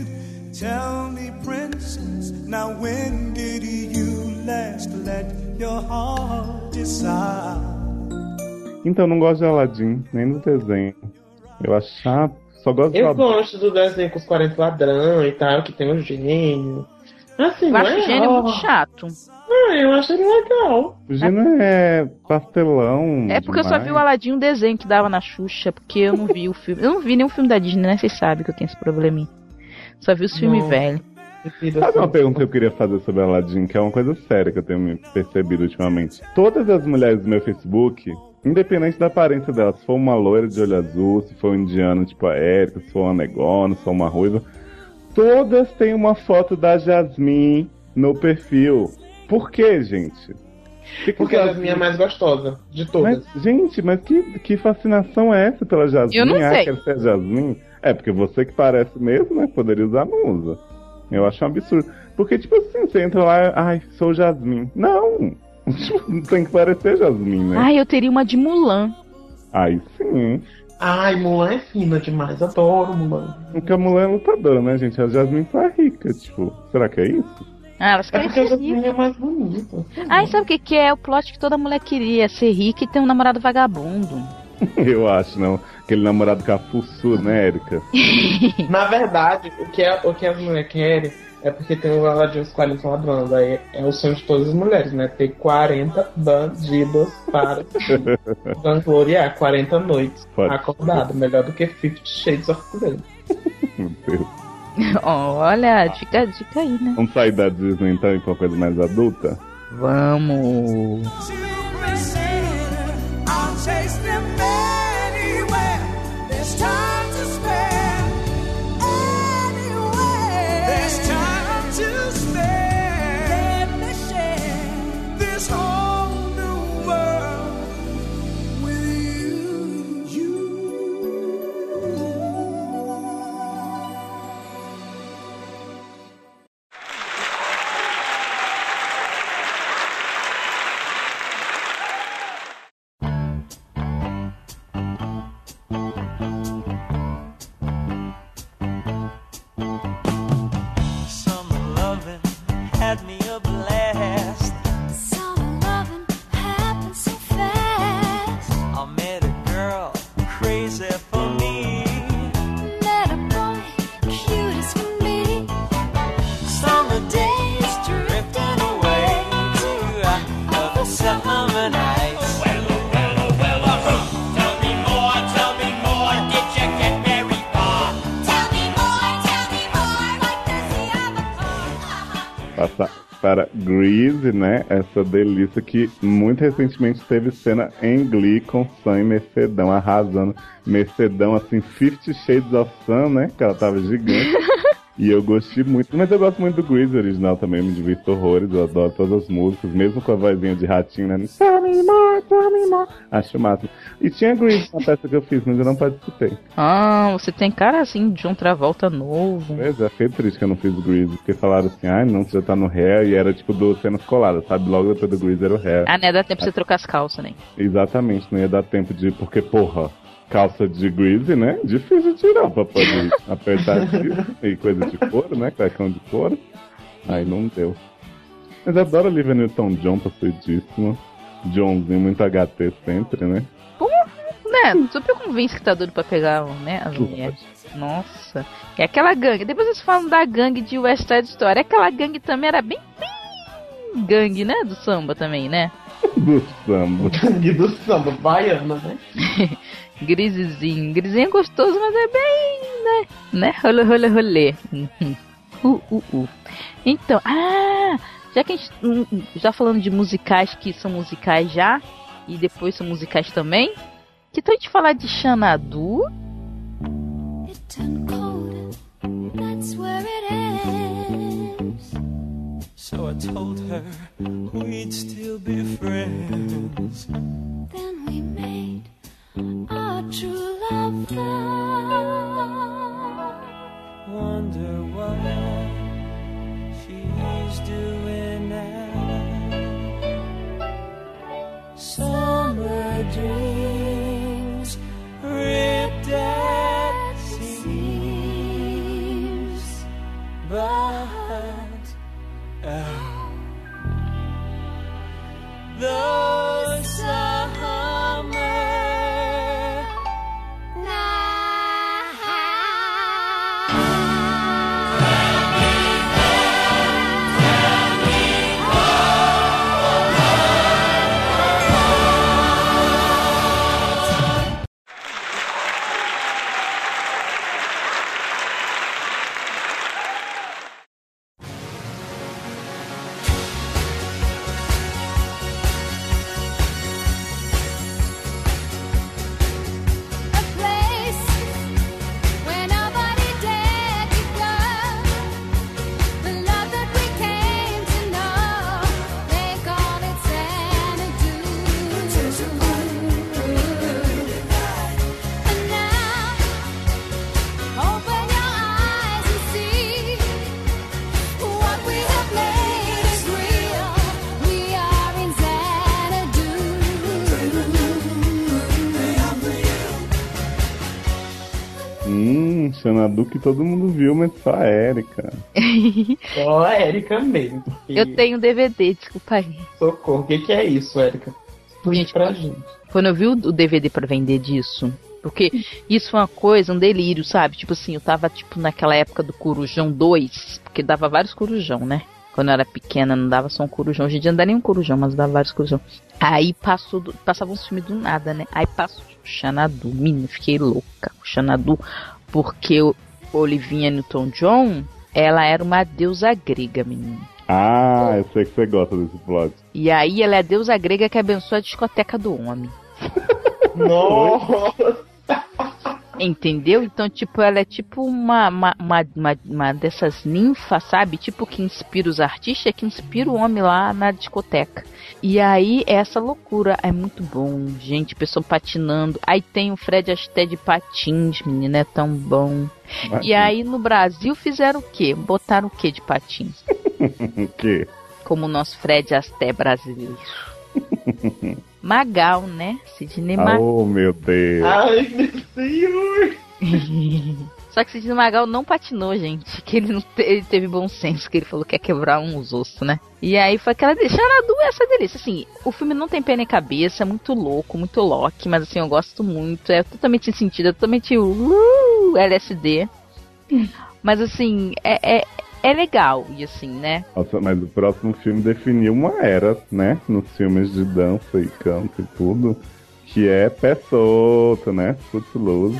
Tell me, princess, now when did you last let your heart decide? Então, não gosto de Aladdin, nem do desenho. Eu acho chato. Só gosto Eu do gosto do desenho com os quarenta ladrão e tal, que tem um gênio. Assim, Eu não acho é o gênio ó. muito chato. Ah, eu acho ele legal. O gênio é pastelão. É porque eu só vi o Aladdin, um desenho que dava na Xuxa, porque eu não vi o filme. Eu não vi nenhum filme da Disney, né? Vocês sabem que eu tenho esse probleminha. Só vi os filmes velhos. Sabe uma pergunta que eu queria fazer sobre Aladdin, que é uma coisa séria que eu tenho me percebido ultimamente. Todas as mulheres do meu Facebook, independente da aparência delas, se for uma loira de olho azul, se for um indiano tipo a Erika, se for uma negona, se for uma ruiva, todas têm uma foto da Jasmine no perfil. Por quê, gente? Que que Porque a Jasmine é a mais gostosa de todas. Mas, gente, mas que, que fascinação é essa pela Jasmine? Eu não Ah, sei. quer ser a Jasmine? É, porque você que parece mesmo, né? Poderia usar, não usa. Eu acho um absurdo. Porque, tipo assim, você entra lá, ai, sou Jasmine. Não! Não tem que parecer Jasmine, né? Ai, eu teria uma de Mulan. Aí sim. Ai, Mulan é fina demais, adoro Mulan. Porque a Mulan é lutadora, né, gente? A Jasmine só é rica, tipo, será que é isso? Ah, elas É querem porque a ser Jasmine ricas. é mais bonita. Ai, sabe o que, que é? O plot que toda mulher queria, ser rica e ter um namorado vagabundo. Eu acho, não. Aquele namorado cafuçu, né, Erika? Na verdade, o que, é, o que as mulheres querem é porque tem o Aladdin os quarenta ladrões. Aí é o sonho de todas as mulheres, né? Ter quarenta bandidos para vangloriar quarenta noites Pode. acordado. Melhor do que Fifty Shades of Grey. Meu Deus. Olha, dica, dica aí, né? Vamos sair da Disney então e ir pra uma coisa mais adulta? Vamos. I'll chase them anywhere. There's time to spare. Anywhere. There's time to spare. Let me share this whole new world with you. Summer loving had me a blast. Summer loving happens so fast. I met a girl crazy for me. Met a boy cute as can be. Summer days drifting away to other summer nights. Well, well, well, tell me more, tell me more. Did you get very far? Tell me more, tell me more. Like does he have a car? Passar para Grease, né? Essa delícia que muito recentemente teve cena em Glee com Sam e Mercedão arrasando. Mercedão, assim, Fifty Shades of Sam, né? Que ela tava gigante. E eu gostei muito, mas eu gosto muito do Grease original também, me divirto horrores, eu adoro todas as músicas, mesmo com a vozinha de ratinho, né? Tell me more, tell me more. Acho o máximo. E tinha Grease na peça que eu fiz, mas eu não participei. Ah, você tem cara assim de um Travolta novo. Pois é, fiquei triste que eu não fiz o Grease, porque falaram assim, ai não, você já tá no Hair, e era tipo do cenas coladas, sabe? Logo depois do Grease era o Hair. Ah, não ia dar tempo pra você trocar as calças, né? Exatamente, não ia dar tempo de, porque porra, calça de Grease, né? Difícil de tirar pra poder apertar isso. E coisa de couro, né? Cuecão de couro. Aí não deu. Mas eu adoro a Olivia Newton-John, possuidíssima. Johnzinho, muito H T sempre, né? Porra, né? Super convence que tá doido pra pegar, né, as mulheres. Nossa. E aquela gangue. Depois vocês falam da gangue de West Side Story. Aquela gangue também era bem, bem gangue, né? Do samba também, né? Do samba. Gangue do samba, baiana, né? Grisezinho. Grisezinho é gostoso, mas é bem, né? Né? Rolê, rolê, rolê. Uh, uh, uh. Então, ah, já que a gente hum, já falando de musicais que são musicais já, e depois são musicais também, que tal a gente falar de Xanadu? It turned cold, that's where it ends. So I told her we'd still be friends. Then we made our true love vow. Wonder what she's doing now. Summer dreams ripped at seams, but oh, the summer Xanadu que todo mundo viu, mas só a Erika. Só a Erika mesmo. Porque... Eu tenho D V D, desculpa aí. Socorro, o que, que é isso, Erika? Gente, pra gente. Quando eu vi o D V D pra vender disso, porque isso foi uma coisa, um delírio, sabe? Tipo assim, eu tava tipo naquela época do Corujão dois, porque dava vários Corujão, né? Quando eu era pequena não dava só um Corujão. Hoje em dia não dá nem um Corujão, mas dava vários Corujão. Aí passou do, passava um filme do nada, né? Aí passou o Xanadu, menina, fiquei louca. O Xanadu, porque o Olivia Newton-John, ela era uma deusa grega, menina. Ah, eu sei que você gosta desse plot. E aí ela é a deusa grega que abençoa a discoteca do homem. Nossa! Entendeu? Então, tipo, ela é tipo uma, uma, uma, uma, uma dessas ninfas, sabe? Tipo, que inspira os artistas, que inspira o homem lá na discoteca. E aí, essa loucura é muito bom, gente, pessoa patinando. Aí tem o Fred Astaire de patins, menina, é tão bom. Mas, e aí, no Brasil, fizeram o quê? Botaram o quê de patins? O quê? Como o nosso Fred Astaire brasileiro. Magal, né? Sidney Magal. Oh, meu Deus. Ai, meu Senhor. Só que Sidney Magal não patinou, gente. Que ele, não te, ele teve bom senso, que ele falou que ia quebrar uns ossos, né? E aí foi aquela delícia. Xanadu é essa delícia. Assim, o filme não tem pé nem cabeça, é muito louco, muito Loki, mas assim, eu gosto muito. É totalmente sem sentido, é totalmente uh, L S D. Mas assim, é... é É legal, e assim, né? Nossa, mas o próximo filme definiu uma era, né? Nos filmes de dança e canto e tudo. Que é Pé Solto, né? Footloose.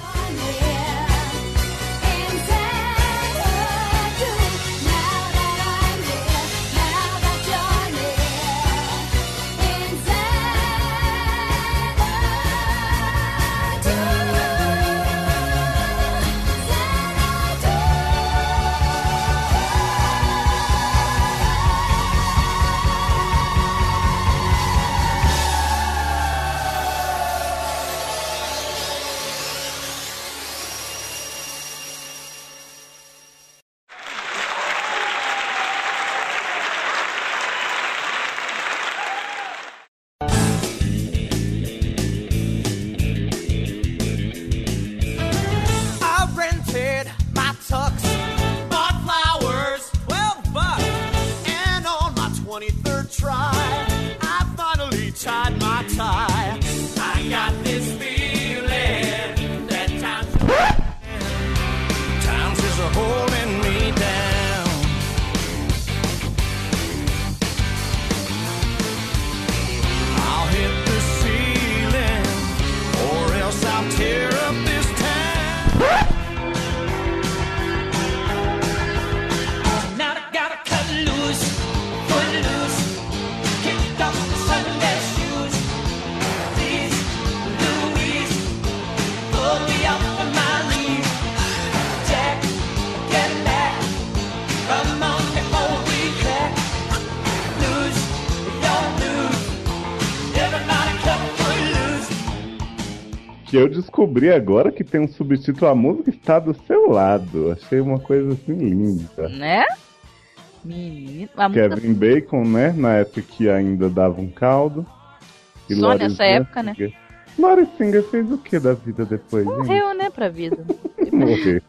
Que eu descobri agora que tem um subtítulo, a música está do seu lado. Achei uma coisa assim linda. Né? Menino, a música... Kevin Bacon, né? Na época que ainda dava um caldo. E Só Lawrence nessa época, né? Lawrence Singer fez o que da vida depois? Morreu, gente? né, pra vida. Morreu.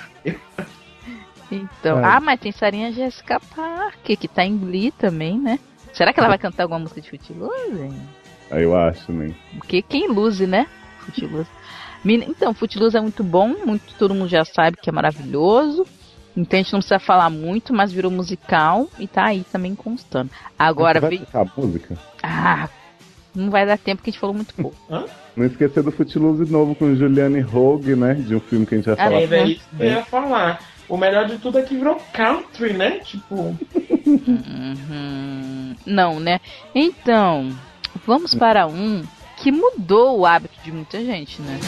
Então, Ai. ah, mas tem Sarinha Jessica Parker, que tá em Glee também, né? Será que ela vai cantar alguma música de Footloose? Aí eu acho, né? Porque quem lose, né? Footloose. Então, Footloose é muito bom, muito, todo mundo já sabe que é maravilhoso. Então a gente não precisa falar muito, mas virou musical e tá aí também constando. Agora vai vem. tocar a música? Ah, não vai dar tempo que a gente falou muito pouco. Não esquecer do Footloose novo com Julianne Hough, né? De um filme que a gente vai Ah, falar. É isso que eu ia falar. O melhor de tudo é que virou country, né? Tipo. Uhum. Não, né? Então, vamos para um que mudou o hábito de muita gente, né?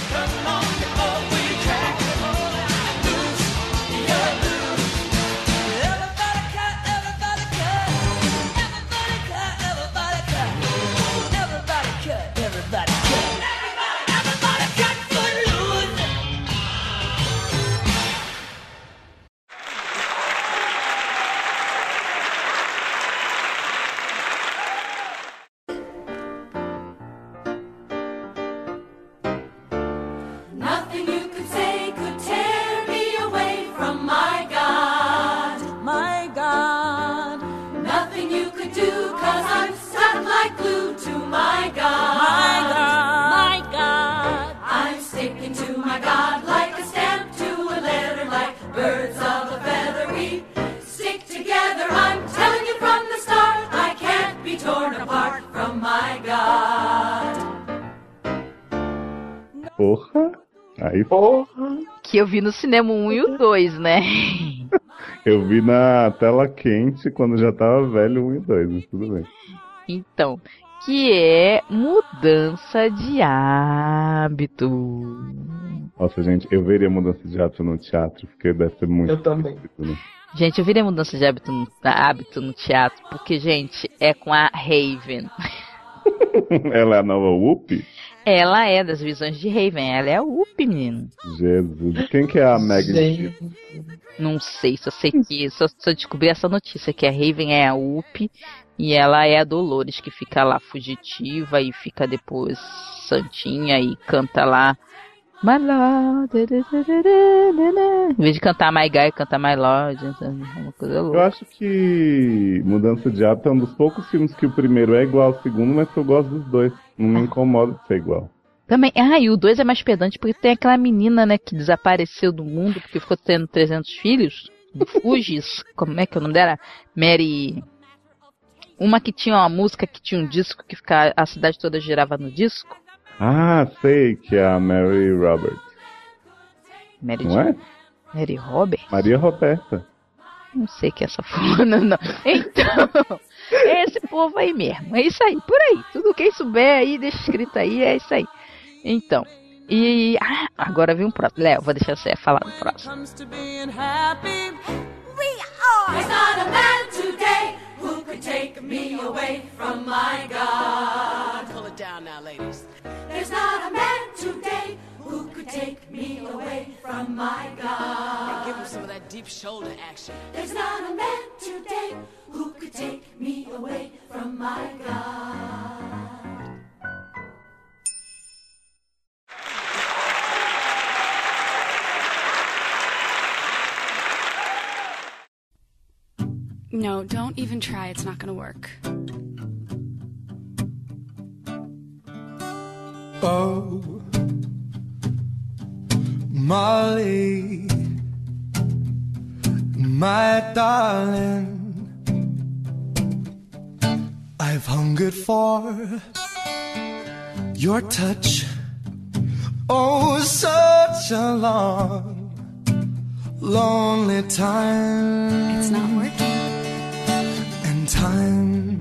Nothing you could say could tear me away from my God. My God. Nothing you could do, cause I'm stuck like glue to my God. My God. My God. I'm sticking to my God like a stamp to a letter, like birds of a feather. We stick together, I'm telling you from the start. I can't be torn apart from my God. Porra! Aí, Porra! Que eu vi no cinema um e o dois, né? eu vi na tela quente quando já tava velho um e dois, mas tudo bem. Então, que é mudança de hábito. Nossa, gente, eu veria mudança de hábito no teatro, porque deve ser muito. Eu também. difícil, né? Gente, eu virei mudança de hábito no, hábito no teatro, porque, gente, é com a Raven. Ela é a nova Whoopi? Ela é das visões de Raven, ela é a Whoopi, menino. Jesus, quem que é a Megan? Não sei, só sei que, só, só descobri essa notícia, que a Raven é a Whoopi e ela é a Dolores, que fica lá fugitiva e fica depois santinha e canta lá My Lord, em vez de cantar My Guy, canta My Lord, uma coisa louca. Eu acho que Mudança de Hábito é um dos poucos filmes que o primeiro é igual ao segundo, mas que eu gosto dos dois. Não me incomoda de ser igual. Também, ah, e o dois é mais pedante porque tem aquela menina, né, que desapareceu do mundo porque ficou tendo trezentos filhos, do Fugis, como é que é o nome dela? Mary... Uma que tinha uma música que tinha um disco que fica, a cidade toda girava no disco. Ah, sei, que é a Mary Roberts. Mary Não é? Mary Roberts? Maria Roberta. Não sei que é essa fulana, não. Então, é esse povo aí mesmo. É isso aí, por aí. Tudo quem souber aí, deixa escrito aí, é isso aí. Então, e... Ah, agora vem um próximo. Léo, vou deixar você falar no próximo. There's not a man today who could take me away from my God. Pull it down now, ladies. There's not a man today who could take me away from my God. Give him some of that deep shoulder action. There's not a man today who could take me away from my God. No, don't even try. It's not gonna work. Oh, Molly, my darling, I've hungered for your touch. Oh, such a long, lonely time. It's not working. And time,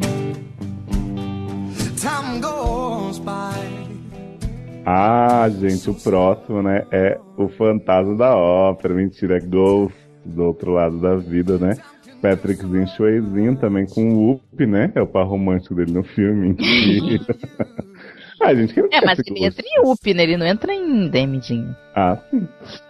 time goes by. Ah, gente, o próximo, né, é o Fantasma da Ópera. Mentira, Ghost, do outro lado da vida, né? Patrickzinho Swayze também com o Whoop, né? É o par romântico dele no filme. Mentira. Ah, gente, que É, mas ele entra em Up, né? Ele não entra em Demidinho. Ah, sim.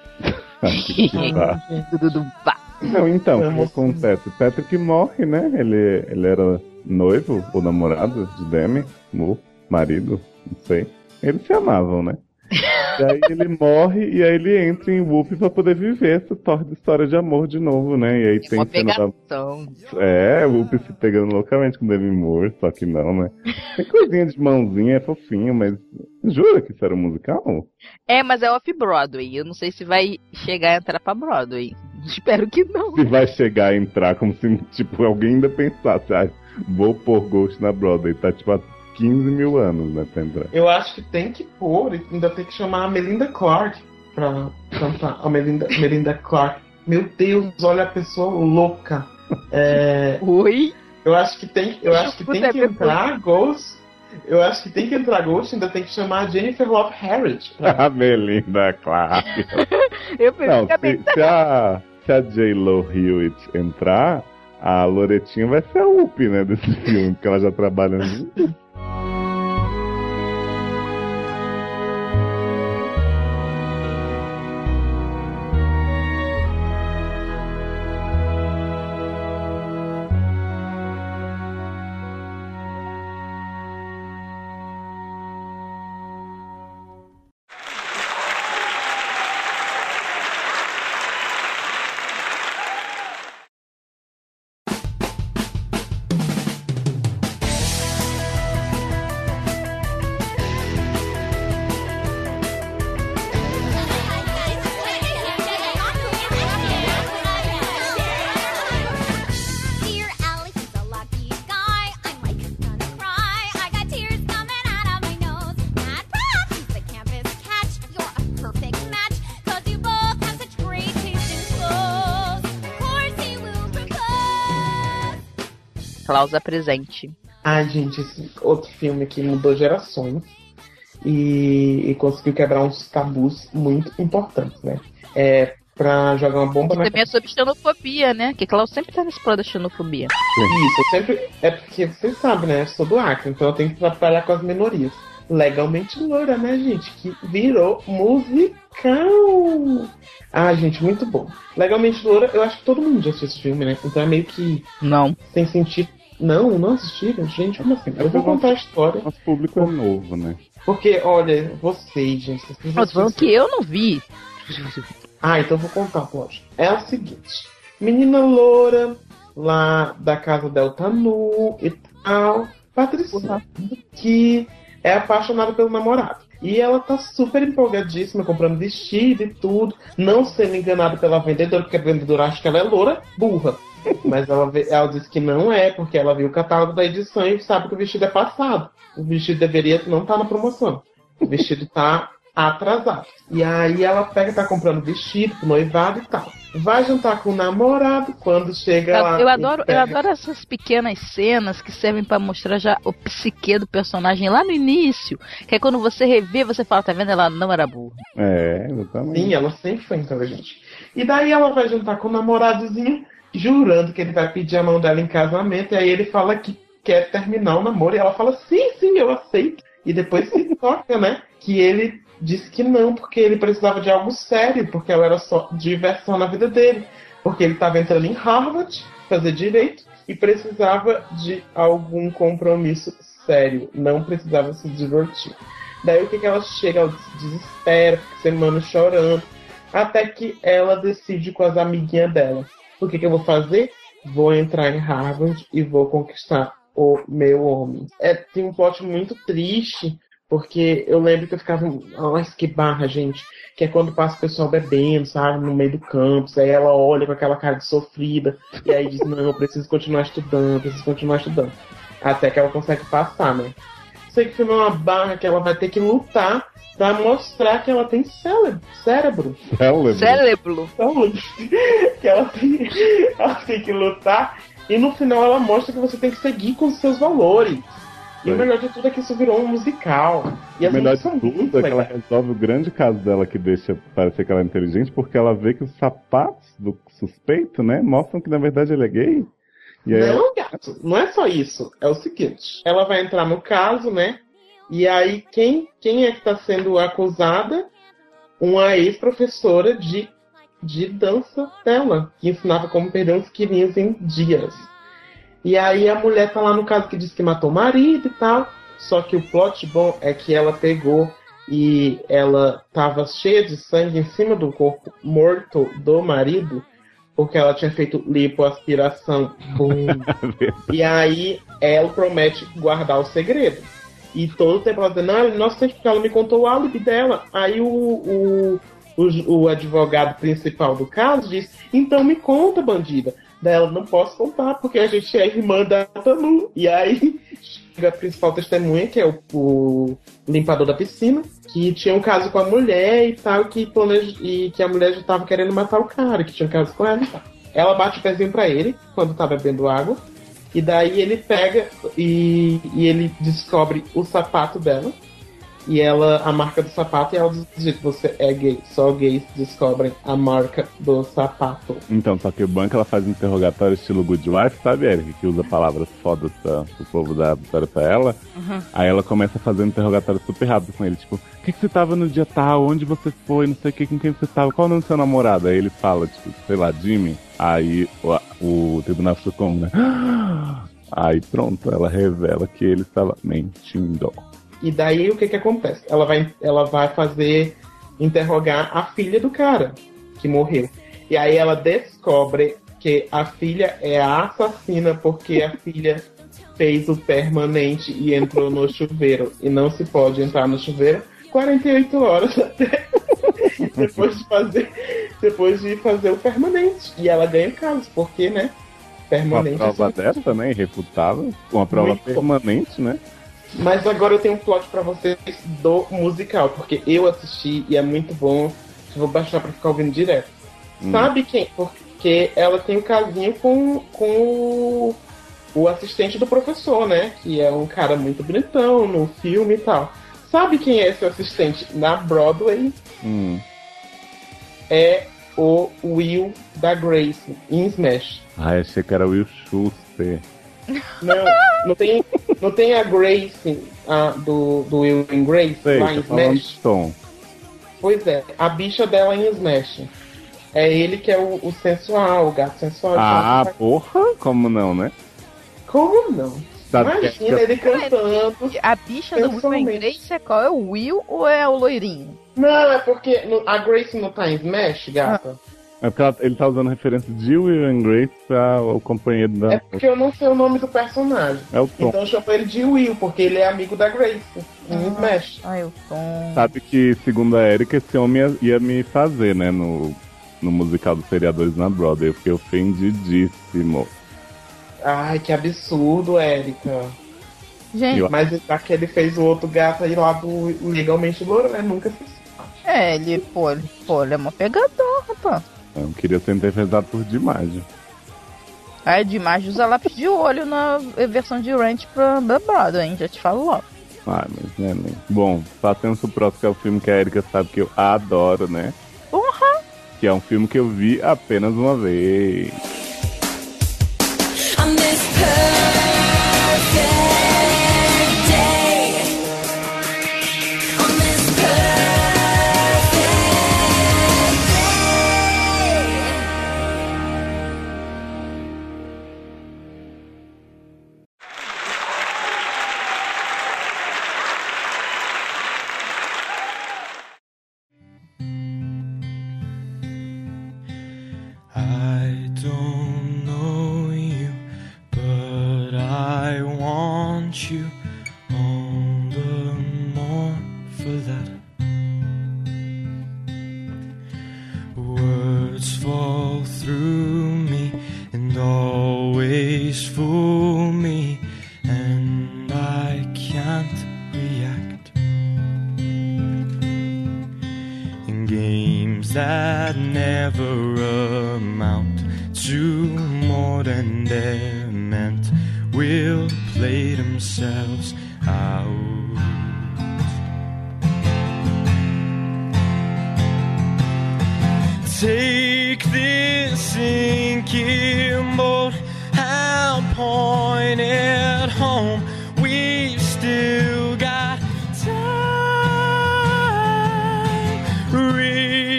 Não, então, o que acontece? Patrick morre, né? Ele, ele era noivo ou namorado de Demi, o marido, não sei. Eles se amavam, né? E aí ele morre e aí ele entra em Whoop pra poder viver essa torta história de amor de novo, né? E aí tem, tem uma cena pegação. da... É, o Whoop se pegando loucamente com Demi Moore, só que não, né? Tem coisinha de mãozinha, é fofinho, mas jura que isso era um musical? É, mas é off-Broadway. Eu não sei se vai chegar a entrar pra Broadway. Espero que não. Se vai chegar a entrar como se, tipo, alguém ainda pensasse, ah, vou pôr Ghost na Broadway, tá tipo há quinze mil anos, né, pra entrar. Eu acho que tem que pôr, ainda tem que chamar a Melinda Clark pra cantar. A Melinda, Melinda Clark. Meu Deus, olha a pessoa louca. É... Oi? Eu acho que tem, eu acho que, tem que entrar Ghost. Eu acho que tem que entrar Ghost, ainda tem que chamar a Jennifer Love Harris. A Melinda Clark. Eu Não, se, se a, se a J-Lo Hewitt entrar, a Loretinha vai ser a Whoopi, né, desse filme, porque ela já trabalha junto. Klausa presente. Ai, gente, esse outro filme que mudou gerações e, e conseguiu quebrar uns tabus muito importantes, né? É pra jogar uma bomba e na... também é sobre xenofobia, né? Que Klaus sempre tá nesse plano da xenofobia. Isso, eu sempre... É porque vocês sabem, né? Eu sou do Acre, então eu tenho que trabalhar com as minorias. Legalmente Loura, né, gente? Que virou musical. Ah, gente, muito bom. Legalmente Loura, eu acho que todo mundo já assistiu esse filme, né? Então é meio que... Não. Sem sentido. Não, não assistiram? Gente, como assim? Eu vou contar a história. Nosso público é novo, né? Porque, olha, vocês, gente... Vocês Mas falando que eu não vi. Ah, então eu vou contar, pode. É o seguinte. Menina loura, lá da casa Delta Nu e tal. Patrícia, que é apaixonada pelo namorado. E ela tá super empolgadíssima, comprando vestido e tudo. Não sendo enganada pela vendedora, porque a vendedora acha que ela é loura, burra. Mas ela, vê, ela diz que não é, porque ela viu o catálogo da edição e sabe que o vestido é passado. O vestido deveria não estar tá na promoção. O vestido tá atrasado. E aí ela pega, tá comprando vestido pro noivado e tal. Vai jantar com o namorado, quando chega eu, lá... Eu adoro, pega... eu adoro essas pequenas cenas que servem pra mostrar já o psique do personagem lá no início. Que é quando você revê, você fala, tá vendo? Ela não era burra. É, exatamente. Sim, ela sempre foi inteligente. E daí ela vai jantar com o namoradozinho, jurando que ele vai pedir a mão dela em casamento, e aí ele fala que quer terminar o namoro, e ela fala, sim, sim, eu aceito. E depois se toca, né, que ele disse que não, porque ele precisava de algo sério, porque ela era só diversão na vida dele, porque ele estava entrando em Harvard, fazer direito, e precisava de algum compromisso sério, não precisava se divertir. Daí o que que ela chega, ela se desespera, fica semana chorando, até que ela decide com as amiguinhas dela, o que que eu vou fazer? Vou entrar em Harvard e vou conquistar o meu homem. É, tem um plot muito triste, porque eu lembro que eu ficava, nossa, que barra, gente, que é quando passa o pessoal bebendo, sabe, no meio do campus, aí ela olha com aquela cara de sofrida, e aí diz, não, eu preciso continuar estudando, preciso continuar estudando. Até que ela consegue passar, né? Sei que o filme é uma barra que ela vai ter que lutar pra mostrar que ela tem cérebro. Cérebro. Cérebro. Cérebro. Que ela tem, ela tem que lutar. E no final ela mostra que você tem que seguir com os seus valores. E é. O melhor de tudo é que isso virou um musical. E o melhor de tudo é que ela resolve o grande caso dela, que deixa parecer que ela é inteligente, porque ela vê que os sapatos do suspeito, né, mostram que na verdade ele é gay. E não, ela... gato, não é só isso. É o seguinte, ela vai entrar no caso, né? E aí, quem, quem é que está sendo acusada? Uma ex-professora de, de dança dela, que ensinava como perder uns quilinhos em dias. E aí a mulher tá lá no caso que diz que matou o marido e tal. Só que o plot bom é que ela pegou e ela tava cheia de sangue em cima do corpo morto do marido, porque ela tinha feito lipoaspiração. Bum. E aí ela promete guardar o segredo. E todo o tempo ela diz, não, ela é inocente porque ela me contou o álibi dela. Aí o, o, o, o advogado principal do caso diz, então me conta, bandida. Daí ela, não posso contar porque a gente é irmã da Tanu. E aí chega a principal testemunha, que é o, o limpador da piscina, que tinha um caso com a mulher e tal, que, planeja, e que a mulher já tava querendo matar o cara, que tinha um caso com ela e tal. Ela bate o pezinho pra ele quando tá bebendo água. E daí ele pega e, e ele descobre o sapato dela. E ela, a marca do sapato, e ela diz que você é gay. Só gays descobrem a marca do sapato. Então, só que o banco ela faz um interrogatório estilo Good Wife, sabe, Eric? Que usa palavras fodas pra o povo dar vitória pra ela. Uhum. Aí ela começa a fazer um interrogatório super rápido com ele. Tipo, o que, que você tava no dia tal? Onde você foi? Não sei o que, com quem você tava? Qual o nome do seu namorado? Aí ele fala, tipo, sei lá, Jimmy. Aí o, o tribunal fica como, né? Aí pronto, ela revela que ele estava mentindo. E daí o que que acontece? Ela vai, ela vai fazer, interrogar a filha do cara que morreu. E aí ela descobre que a filha é a assassina porque a filha fez o permanente e entrou no chuveiro. E não se pode entrar no chuveiro quarenta e oito horas até depois de fazer, depois de fazer o permanente. E ela ganha caso, porque, né? Permanente. Uma prova é dessa, né? Irrefutável. Uma prova muito permanente, bom. Né? Mas agora eu tenho um plot pra vocês do musical, porque eu assisti e é muito bom. Eu vou baixar pra ficar ouvindo direto. Hum. Sabe quem? Porque ela tem um casinho com, com o, o assistente do professor, né? Que é um cara muito bonitão no filme e tal. Sabe quem é esse assistente na Broadway? Hum. É o Will da Grace, em Smash. Ah, achei que era Will Schuster. Não, não tem, não tem a Grace a, do, do Will em Grace, sei, lá em Smash? Tom. Pois é, a bicha dela em Smash. É ele que é o, o sensual, o gato sensual. Ah, porra? Como não, né? Como não? Sabe Imagina que... ele cantando. A bicha do Will em Grace é qual? É o Will ou é o loirinho? Não, é porque no, a Grace não tá em Smash, gata. Ah. É porque ela, ele tá usando referência de Will and Grace pra o companheiro da... É porque eu não sei o nome do personagem. É o Tom. Então eu chamo ele de Will, porque ele é amigo da Grace em ah, Smash. Ai, o Tom. Sabe que, segundo a Erika, esse homem ia, ia me fazer, né, no, no musical dos Seriadores na Broadway. Eu fiquei ofendidíssimo. Ai, que absurdo, Erika. Gente. Mas já que ele fez o outro gato aí lá do Legalmente Louro, né? Nunca fiz. É, ele, pô, ele, pô, ele é uma pegadora, rapaz. Eu não queria ser interpretado por Dimaggio. Ah, Dimaggio usa lápis de olho na versão de Ranch pra Broadway, hein? Já te falo logo. Ah, mas né, né. Bom, passemos pro próximo, que é o filme que a Erika sabe que eu adoro, né? Porra! Que é um filme que eu vi apenas uma vez. On this perfect day, on this perfect day. I don't know you, but I want you all the more for that. Words fall through me and always fool me, and I can't react. In games that never amount to more than they're meant will play themselves out. Take this sinking boat and point it home. We've still got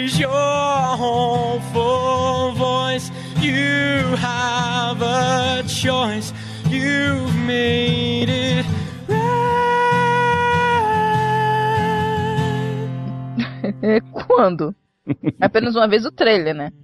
is your hopeful voice. You have a choice. You've made it right. Quando? Apenas uma vez o trailer, né?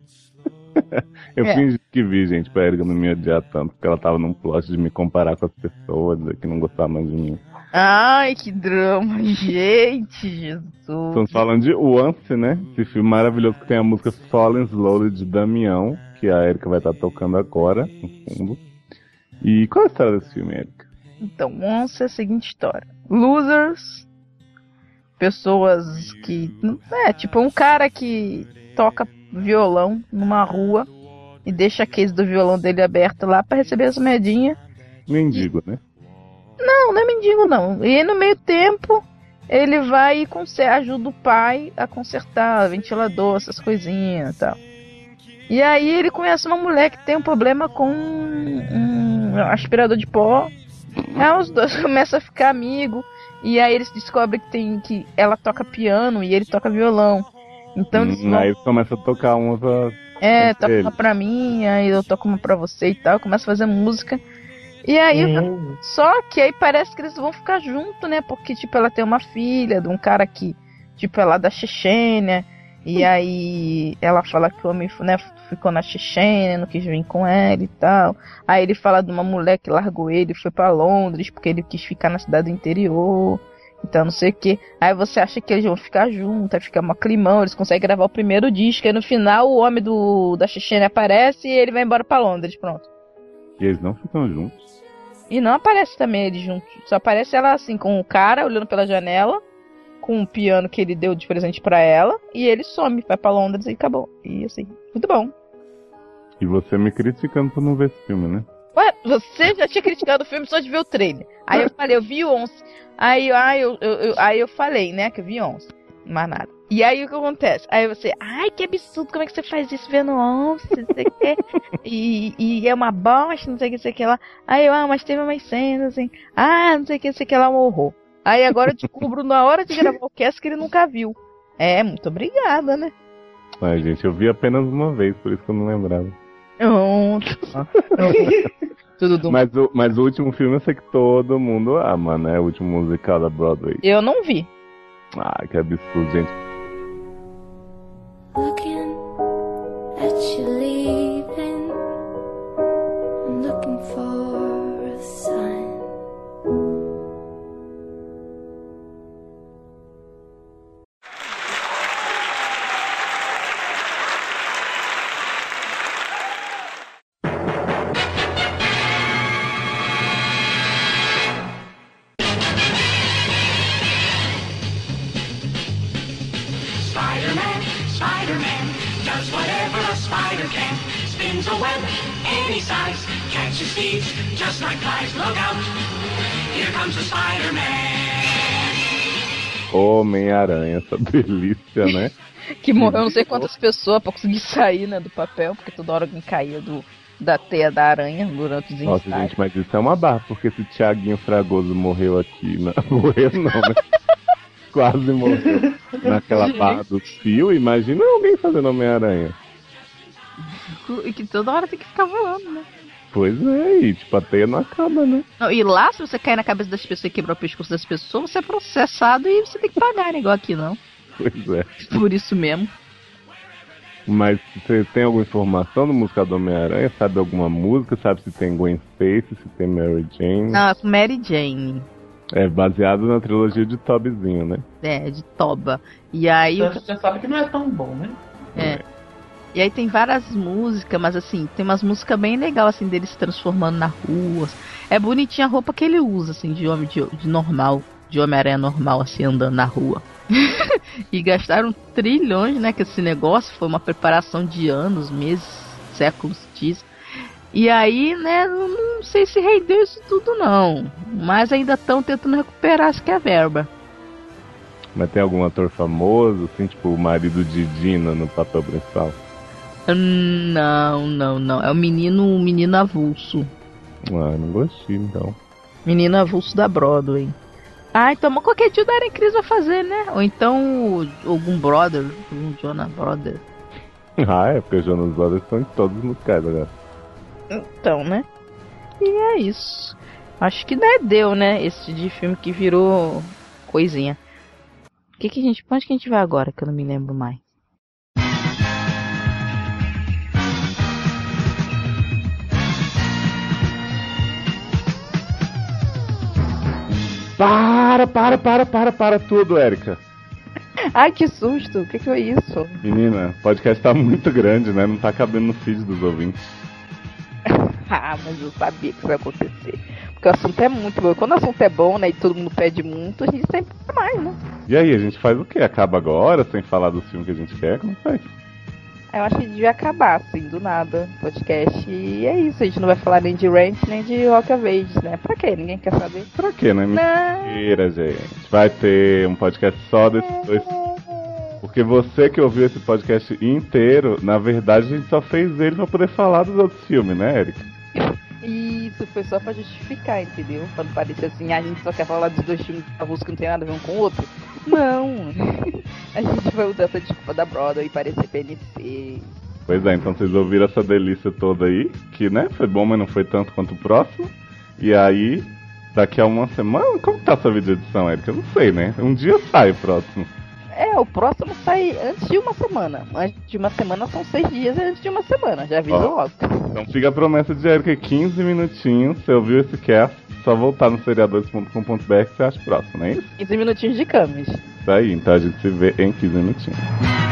Eu É. fingi que vi, gente, pra Erika não me odiar tanto, porque ela tava num plot de me comparar com as pessoas, dizer que não gostava mais de mim. Ai, que drama, gente, Jesus. Estamos falando de Once, né? Esse filme maravilhoso que tem a música Falling Slowly de Damião, que a Erika vai estar tocando agora, no fundo. E qual é a história desse filme, Erika? Então, Once é a seguinte história. Losers, pessoas que... É, tipo um cara que toca violão numa rua e deixa a case do violão dele aberta lá pra receber as moedinhas. Mendigo, né? Não, não é mendigo não. E no meio tempo ele vai e conserta, ajuda o pai a consertar ventilador, essas coisinhas e tal. E aí ele conhece uma mulher que tem um problema com um aspirador de pó. Aí os dois começam a ficar amigos. E aí eles descobrem que, tem, que ela toca piano e ele toca violão. Então eles Hum, vão... Aí eles começam a tocar uma pra... É, entre toca eles. uma pra mim, aí eu toco uma pra você e tal. Começa a fazer música. E aí, Hum. só que aí parece que eles vão ficar juntos, né? Porque, tipo, ela tem uma filha de um cara que, tipo, é lá da Chechênia. E aí ela fala que o homem, né, ficou na Chechênia, não quis vir com ela e tal. Aí ele fala de uma mulher que largou ele e foi pra Londres porque ele quis ficar na cidade do interior. Então, não sei o que. Aí você acha que eles vão ficar juntos, aí fica uma climão, eles conseguem gravar o primeiro disco. Aí no final o homem do, da Chechênia aparece e ele vai embora pra Londres, pronto. E eles não ficam juntos. E não aparece também ele junto. Só aparece ela assim, com o cara olhando pela janela, com um piano que ele deu de presente pra ela, e ele some, vai pra Londres e acabou. E assim, muito bom. E você me criticando por não ver esse filme, né? Ué, você já tinha criticado o filme só de ver o trailer. Aí eu falei, eu vi Once. Aí, aí, eu, eu, eu, aí eu falei, né, que eu vi Once. Mais nada. E aí o que acontece? Aí você, ai, que absurdo, como é que você faz isso vendo Once? Não sei o que. E, e é uma bosta, não sei o que, não sei o que lá. Aí eu, ah, mas teve umas cenas assim. Ah, não sei o que, não sei o que lá, um horror. Aí agora eu descubro na hora de gravar o cast que ele nunca viu. É, muito obrigada, né? Ai, gente, eu vi apenas uma vez, por isso que eu não lembrava. Tudo do... Mas, o, mas o último filme eu sei que todo mundo ama, né? O último musical da Broadway. Eu não vi. Ah, que absurdo, gente. Looking at you leaving, I'm looking for a sign. Spider-Man, Spider-Man, does whatever a spider can. Spins a web any size, catches thieves just like flies. Look out, here comes the Spider-Man. Homem-Aranha, essa delícia, né? Que morreu não sei quantas pessoas pra conseguir sair, né, do papel, porque toda hora alguém caía do, da teia da aranha durante os Nossa, ensaios. gente, mas isso é uma barra, porque se Thiaguinho Fragoso morreu aqui, na... morreu não, né? Quase morreu naquela barra do fio, imagina alguém fazendo Homem-Aranha. E que toda hora tem que ficar voando, né? Pois é, e tipo, a teia não acaba, né? Não, e lá, se você cair na cabeça das pessoas e quebrar o pescoço das pessoas, você é processado e você tem que pagar, né? Igual aqui, não. Pois é. Por isso mesmo. Mas você tem alguma informação do musical do Homem-Aranha? Sabe alguma música? Sabe se tem Gwen Stacy, se tem Mary Jane? Ah, com Mary Jane. É baseado na trilogia de Tobzinho, né? É, de Toba. E aí... Você já sabe que não é tão bom, né? É. E aí tem várias músicas, mas assim, tem umas músicas bem legais, assim, dele se transformando na rua. É bonitinha a roupa que ele usa, assim, de homem de, de normal, de Homem-Aranha normal, assim, andando na rua. E gastaram trilhões, né, que esse negócio foi uma preparação de anos, meses, séculos disso. E aí, né, não sei se rendeu isso tudo não, mas ainda estão tentando recuperar acho que a verba. Mas tem algum ator famoso, assim, tipo o marido de Dina no papel principal? Não, não, não. É o menino, o menino avulso. Ah, não gostei, então. Menino avulso da Broadway. Ah, então qualquer dia o Darren Criss vai fazer, né? Ou então algum brother, algum Jonas Brother. Ah, é porque os Jonas Brothers estão em todos os musicais agora. Então, né? E é isso. Acho que né, deu, né? Esse de filme que virou coisinha. O que que a gente... Onde que a gente vai agora, que eu não me lembro mais? Para, para, para, para, para tudo, Érica. Ai, que susto. O que que foi isso? Menina, o podcast tá muito grande, né? Não tá cabendo no feed dos ouvintes. Ah, mas eu sabia que isso ia acontecer. Porque o assunto é muito bom. Quando o assunto é bom, né, e todo mundo pede muito, a gente sempre quer mais, né? E aí, a gente faz o quê? Acaba agora, sem falar do filme que a gente quer? Como faz? Eu acho que devia acabar, assim, do nada, o podcast. E é isso, a gente não vai falar nem de Rant, nem de Rock of Ages, né? Pra quê? Ninguém quer saber. Pra quê, né? Mentira, gente. Vai ter um podcast só desses dois. Porque você que ouviu esse podcast inteiro, na verdade a gente só fez ele pra poder falar dos outros filmes, né, Erika? Isso, foi só pra justificar, entendeu? Pra não parecer assim, a gente só quer falar dos dois filmes da música que não tem nada a ver um com o outro. Não! A gente vai usar essa desculpa da Broadway e parecer P N C. Pois é, então vocês ouviram essa delícia toda aí, que né, foi bom, mas não foi tanto quanto o próximo. E aí, daqui a uma semana, como tá essa vídeo edição, Erika? Eu não sei, né? Um dia sai o próximo. É, o próximo sai antes de uma semana. Antes de uma semana são seis dias antes de uma semana, já aviso Ó, logo. Então fica a promessa de Erika, quinze minutinhos, você ouviu esse cast, só voltar no seriadores ponto com ponto b r que você acha o próximo, não é isso? quinze minutinhos de camis. Isso aí, então a gente se vê em quinze minutinhos.